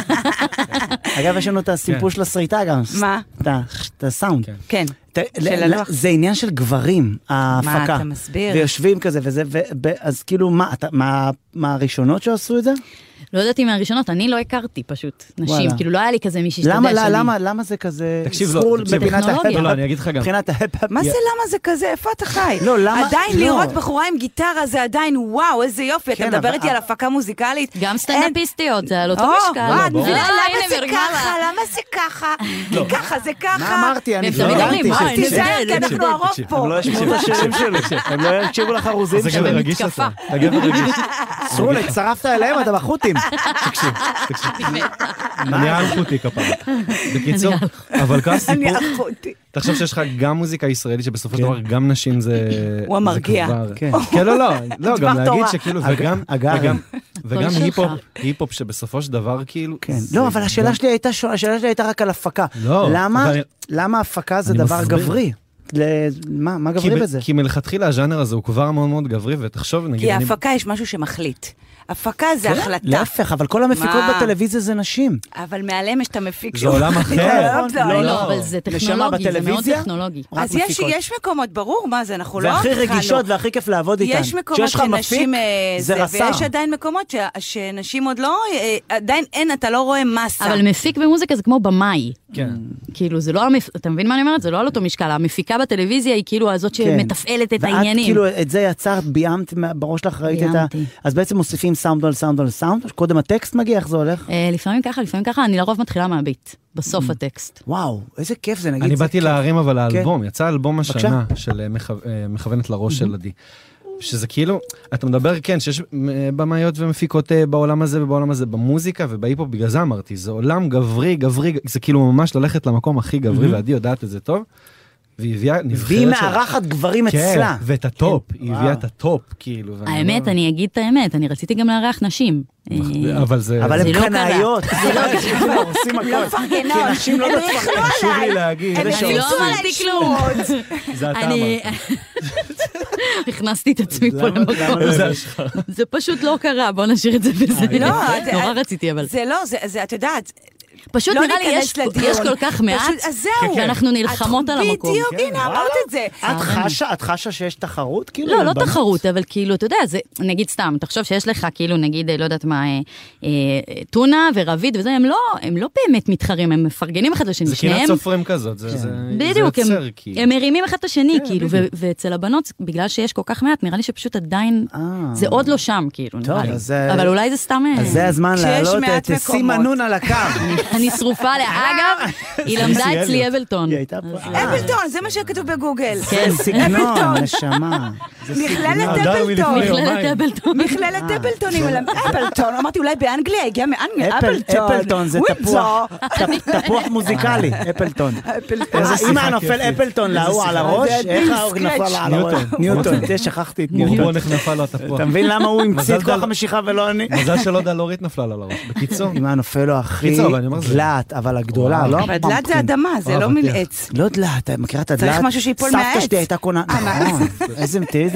אגב, יש לנו את הסיפור של הסריטה גם. מה? את הסאונד. כן. זה עניין של גברים, ההפקה. מה, אתה מסביר? ויושבים כזה, וזה, אז כאילו, מה הראשונות שעשו את זה? לא ידעתי מהראשונות, אני לא הכרתי פשוט נשים, כאילו לא היה לי כזה מישהי שתדע שאני... למה, למה זה כזה... תקשיב, לא, בטכנולוגיה. לא, אני אגיד לך גם. מה זה למה זה כזה? איפה אתה חי? לא, למה? עדיין לראות בחורה עם גיטרה זה עדיין וואו, איזה יופי, אתה מדבר איתי על הפקה מוזיקלית. גם סטנדאפיסטיות, זה על אותו משקל. למה זה ככה? למה זה ככה? כי ככה, זה ככה. מה אמרתי? אני תמיד אומרים, מה, אני זה, כי אנחנו הרוב פה. הם לא יקשיבו לשירים שלי, הם לא יקשיבו לחרוזים שלי. זה גבר רגיש אתה. הגבר רגיש. סרול, הצטרפת אליהם, אתה בחוטים. תקשיב, תקשיב. אני אלחוטי כפרה. בקיצור, אבל כל הסיפור... אני אלחוטי. תחשוב שיש לך גם מוזיקה ישראלית, שבסופו של דבר גם נשים זה... הוא המרגיע. כן, לא, לא, לא, גם להגיד שכאילו, וגם... וגם היפ-הופ, היפ-הופ שבסופו של דבר כאילו... כן, לא, אבל השאלה שלי הייתה השאלה שלי הייתה רק על הפקה. לא. למה הפקה זה דבר גברי? מה, מה גברי בזה? כי מלכתחילה הז'אנר הזה הוא כבר מאוד מאוד גברי, ותחשוב, נגיד... כי ההפקה יש משהו שמחליט. הפקה זה החלטה. להפך, אבל כל המפיקות בטלוויזיה זה נשים. אבל מעליהם יש את המפיק. זה עולם אחר. לא, לא, אבל זה טכנולוגי, זה מאוד טכנולוגי. אז יש מקומות, ברור, מה זה, אנחנו לא... והכי רגישות והכי כיף לעבוד איתן. יש מקומות שנשים... זה רס"ר. ויש עדיין מקומות שנשים עוד לא... עדיין אין, אתה לא רואה מסה. אבל מפיק במוזיקה זה כמו במאי. כן. כאילו, זה לא... אתה מבין מה אני אומרת? זה לא על אותו משקל. המפיקה בטלוויזיה היא כאילו הזאת שמתפעלת את העניינים. ואת כאילו, את זה יצרת, ביימת בראש לך, ראית את ה... אז בעצם מוסיפים סאונד על סאונד על סאונד, קודם הטקסט מגיע, איך זה הולך? לפעמים ככה, לפעמים ככה, אני לרוב מתחילה מהביט, בסוף הטקסט. וואו, איזה כיף זה, נגיד. אני באתי להרים אבל האלבום, יצא אלבום השנה של מכוונת לראש של עדי. שזה כאילו, אתה מדבר, כן, שיש במאיות ומפיקות בעולם הזה ובעולם הזה, במוזיקה ובהיפ-הופ, בגלל זה אמרתי, זה עולם גברי, גברי, זה כאילו ממש ללכת למקום הכי גברי, ועדי יודעת את זה טוב. והיא מארחת גברים אצלה. ואת הטופ, היא הביאה את הטופ, כאילו. האמת, אני אגיד את האמת, אני רציתי גם לארח נשים. אבל זה... אבל הן קנאיות. זה לא קרה. עושים הכל. לא פרגנות. כי נשים לא מפרגנות. חשוב לי להגיד. הם אני לא אמרתי כלום. זה אתה אמרת. הכנסתי את עצמי פה למקום. זה פשוט לא קרה, בוא נשאיר את זה בזה. נורא רציתי, אבל... זה לא, זה, את יודעת... פשוט לא נראה לי יש, יש כל כך מעט, ואנחנו נלחמות על המקום. בדיוק, הנה אמרת את זה. את חשה, את חשה שיש תחרות? כאילו, לא, לא תחרות, אבל כאילו, אתה יודע, זה, נגיד סתם, תחשוב שיש לך, כאילו, נגיד, לא יודעת מה, טונה ורבית וזה, הם לא, הם לא באמת מתחרים, הם מפרגנים אחד לשני. זה כאילו סופרים כזאת, זה בדיוק, הם מרימים אחד לשני, כאילו, ואצל הבנות, בגלל שיש כל כך מעט, נראה לי שפשוט עדיין, זה עוד לא שם, כאילו, נראה לי. אבל אולי זה סתם... אז זה הזמן להעלות את סימה נון על הקו. אני שרופה לה, אגב, היא למדה אצלי אבלטון. אבלטון, זה מה שכתוב בגוגל. כן, סגנון, נשמה. מכללת אבלטון. מכללת אבלטון. מכללת אבלטון. אבלטון, אמרתי אולי באנגליה, הגיע מאנגליה, אבלטון. אפלטון זה תפוח מוזיקלי, אפלטון. אם היה נופל אפלטון להוא על הראש, איך ההוא נפל לה על הראש? ניוטון, זה שכחתי את ניוטון. בואו נפל לו התפוח. אתה מבין למה הוא המציא את כוח המשיכה ולא אני? מזל שלא דלורית נפלה לה על הראש. בקיצור. אם היה נופל לו הכי דלת, אבל הגדולה, לא? אבל דלת זה אדמה, זה לא מלעץ. לא דלת, מכירה את הדלת? צריך משהו שיפול מהעץ. סבתא שלי הייתה קונה, נכון, איזה תראי,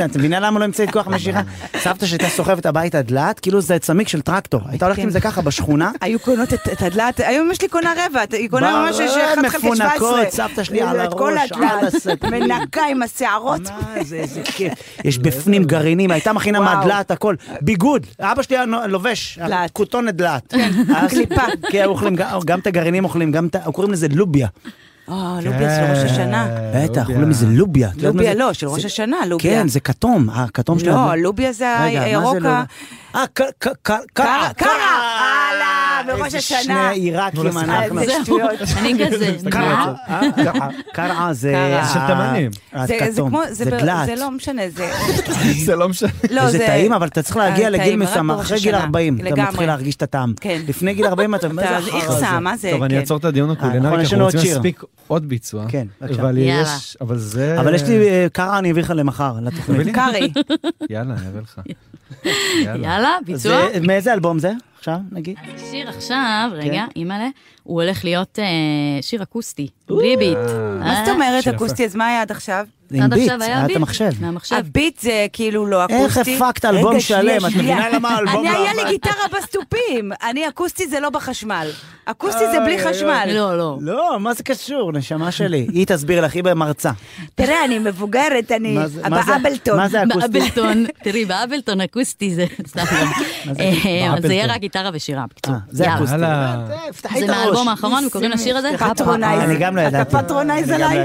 את מבינה למה לא המצאתי כוח משיכה? סבתא שהייתה סוחבת הביתה דלת, כאילו זה צמיק של טרקטור. הייתה הולכת עם זה ככה בשכונה. היו קונות את הדלת, היום יש לי קונה רבע, היא קונה ממש אחד חלקי שבע עשרה. מפונקות, סבתא שלי על הראש, על הספר. מנקה עם השערות. מה זה, איזה כיף. יש בפנים גרעינים, הייתה מכינה מהדלת, הכל. ביגוד, אבא שלי לובש, כותונת דלת. קליפה. כן, גם את הגרעינים אוכלים, גם קוראים לזה לוביה. אה, לוביה של ראש השנה. בטח, אוכלים לזה לוביה. לוביה לא, של ראש השנה, לוביה. כן, זה כתום, הכתום של... לא, לוביה זה הירוק. אה, קרה. קרה, הלאה, בראש השנה. שני עיראקים אנחנו. זה שטויות. אני כזה. קרה זה... של תמנים. זה דלת. זה לא משנה, זה... זה לא משנה. זה טעים, אבל אתה צריך להגיע לגיל מסוים, אחרי גיל ארבעים, אתה מתחיל להרגיש את הטעם. לפני גיל ארבעים אתה... איכסה, מה זה? טוב, אני אעצור את הדיון הקולינרי, כי אנחנו רוצים להספיק עוד ביצוע. כן, בבקשה. אבל זה... אבל יש לי קרה, אני אביא לך למחר, לתוכנית. קרי. יאללה, אני אביא לך. יאללה, ביצוע. מאיזה אלבום זה? עכשיו, נגיד. השיר עכשיו, רגע, אימאלה, הוא הולך להיות שיר אקוסטי, בלי ביט. מה זאת אומרת אקוסטי? אז מה היה עד עכשיו? עם ביט, היה את המחשב. הביט זה כאילו לא אקוסטי. איך הפקת אלבום שלם? את מבינה למה אלבום לא... אני היה לי גיטרה בסטופים. אני אקוסטי זה לא בחשמל. אקוסטי זה בלי חשמל. לא, לא. לא, מה זה קשור? נשמה שלי. היא תסביר לך, היא במרצה. תראה, אני מבוגרת, אני... באבלטון. מה זה אקוסטי? באבלטון. תראי, באבלטון אקוסטי זה... אבל זה יהיה רק גיטרה ושירה, בקצור. זה אקוסטי. זה מהאלבום האחרון, וקוראים לשיר הזה? פטרונייז. אני גם לא ידעתי. פטרונייז עליי.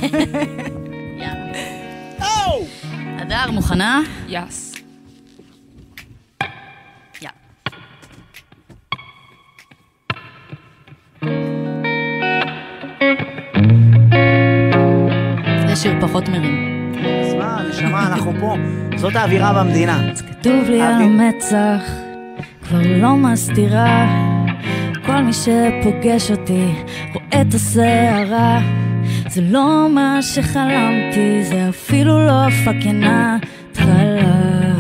אדר, מוכנה? יס. יא. זה שיר פחות מרים. אז מה, נשמה, אנחנו פה. זאת האווירה במדינה. כתוב לי על המצח, כבר לא מסתירה. כל מי שפוגש אותי רואה את השערה. זה לא מה שחלמתי, זה אפילו לא פאקינג התחלה.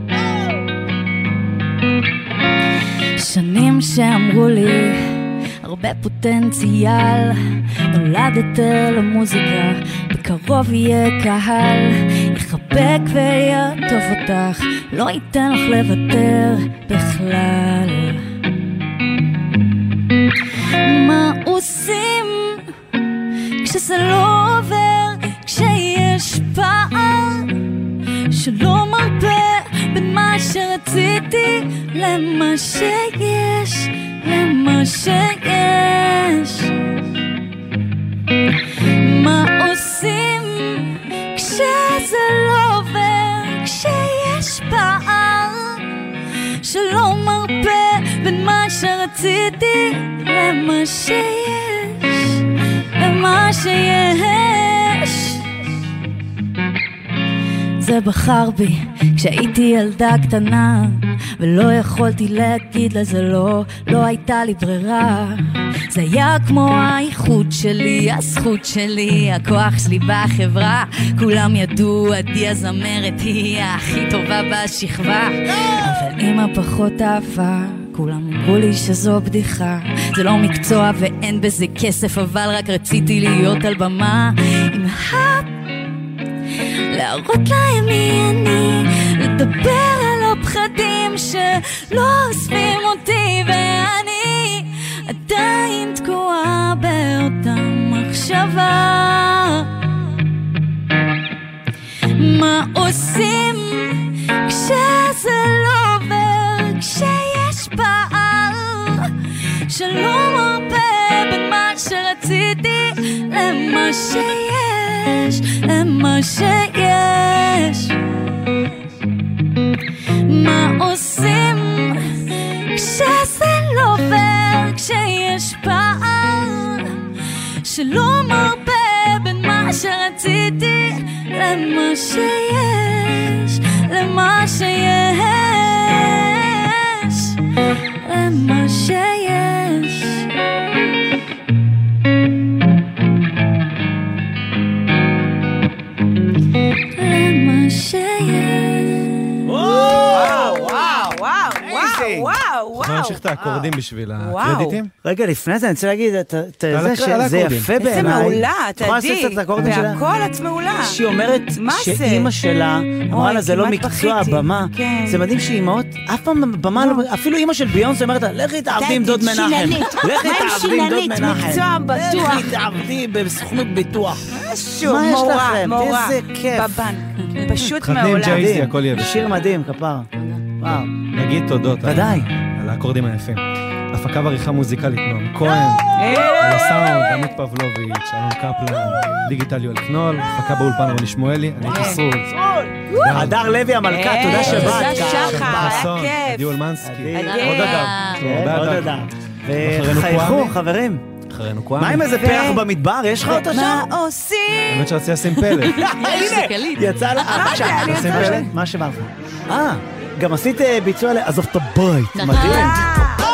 שנים שאמרו לי הרבה פוטנציאל, נולדת למוזיקה, בקרוב יהיה קהל, יחבק ויעטוף אותך, לא ייתן לך לוותר בכלל. מה עושים כשזה לא עובר, כשיש פער שלא מרפא בין מה שרציתי למה שיש, למה שיש. מה עושים כשזה לא עובר, כשיש פער שלא מרפא בין מה שרציתי למה שיש, למה שיש. זה בחר בי כשהייתי ילדה קטנה, ולא יכולתי להגיד לזה לא, לא הייתה לי ברירה. זה היה כמו האיכות שלי, הזכות שלי, הכוח שלי בחברה. כולם ידעו, עדי הזמרת היא הכי טובה בשכבה, אבל אמא פחות אהבה. כולם אמרו לי שזו בדיחה, זה לא מקצוע ואין בזה כסף, אבל רק רציתי להיות על במה עם הפ, להראות להם מי אני, לדבר על הפחדים שלא אוספים אותי, ואני עדיין תקועה באותה מחשבה. מה עושים כשזה לא עובר, כשיש פער שלא מרפא בין מה שרציתי למה שיש, למה שיש. מה עושים כשזה לא עובר, כשיש פער שלא מרפא בין מה שרציתי למה שיש, למה שיש, למה שיש. למה שיש. וואו, וואו, וואו, וואו, וואו. יכולה להמשיך את האקורדים בשביל הקרדיטים? רגע, לפני זה אני רוצה להגיד, זה יפה בעיניי. איזה מעולה, תעדי. והכל את מעולה. שהיא אומרת שאימא שלה אמרה לה, זה לא מקצוע, הבמה. זה מדהים שאימהות, אף פעם במה, אפילו אימא של ביונס אומרת לה, לכי תעבדי עם דוד מנחם. לכי תעבדי עם דוד מנחם. מקצוע בטוח. לכי תעבדי בסוכנות ביטוח. משהו, מורה, מורה. איזה כיף. בבנק. פשוט מעולה. חתנים ג'ייזי, הכל יהיה. שיר מדהים, כפר. וואו. נגיד תודות. ודאי. על האקורדים היפים. הפקה ועריכה מוזיקלית נועם כהן. על הסאונד, עמית פבלוביץ', אלון קפלן, דיגיטל יואל קנול, הפקה באולפן רוני שמואלי, אני כסרול. הדר לוי המלכה, תודה שבאת. תודה שחר, היה כיף. עדי אולמנסקי. עוד אדם. עוד אדם. וחייכו, חברים. אחרינו כואמי. מה עם איזה פרח במדבר? יש לך אותה שם? מה עושים? האמת שרציתי לשים פלט. הנה, יצא לה... לשים פלט? מה שבא לך? אה, גם עשית ביצוע ל... עזוב את הבית. מדהים.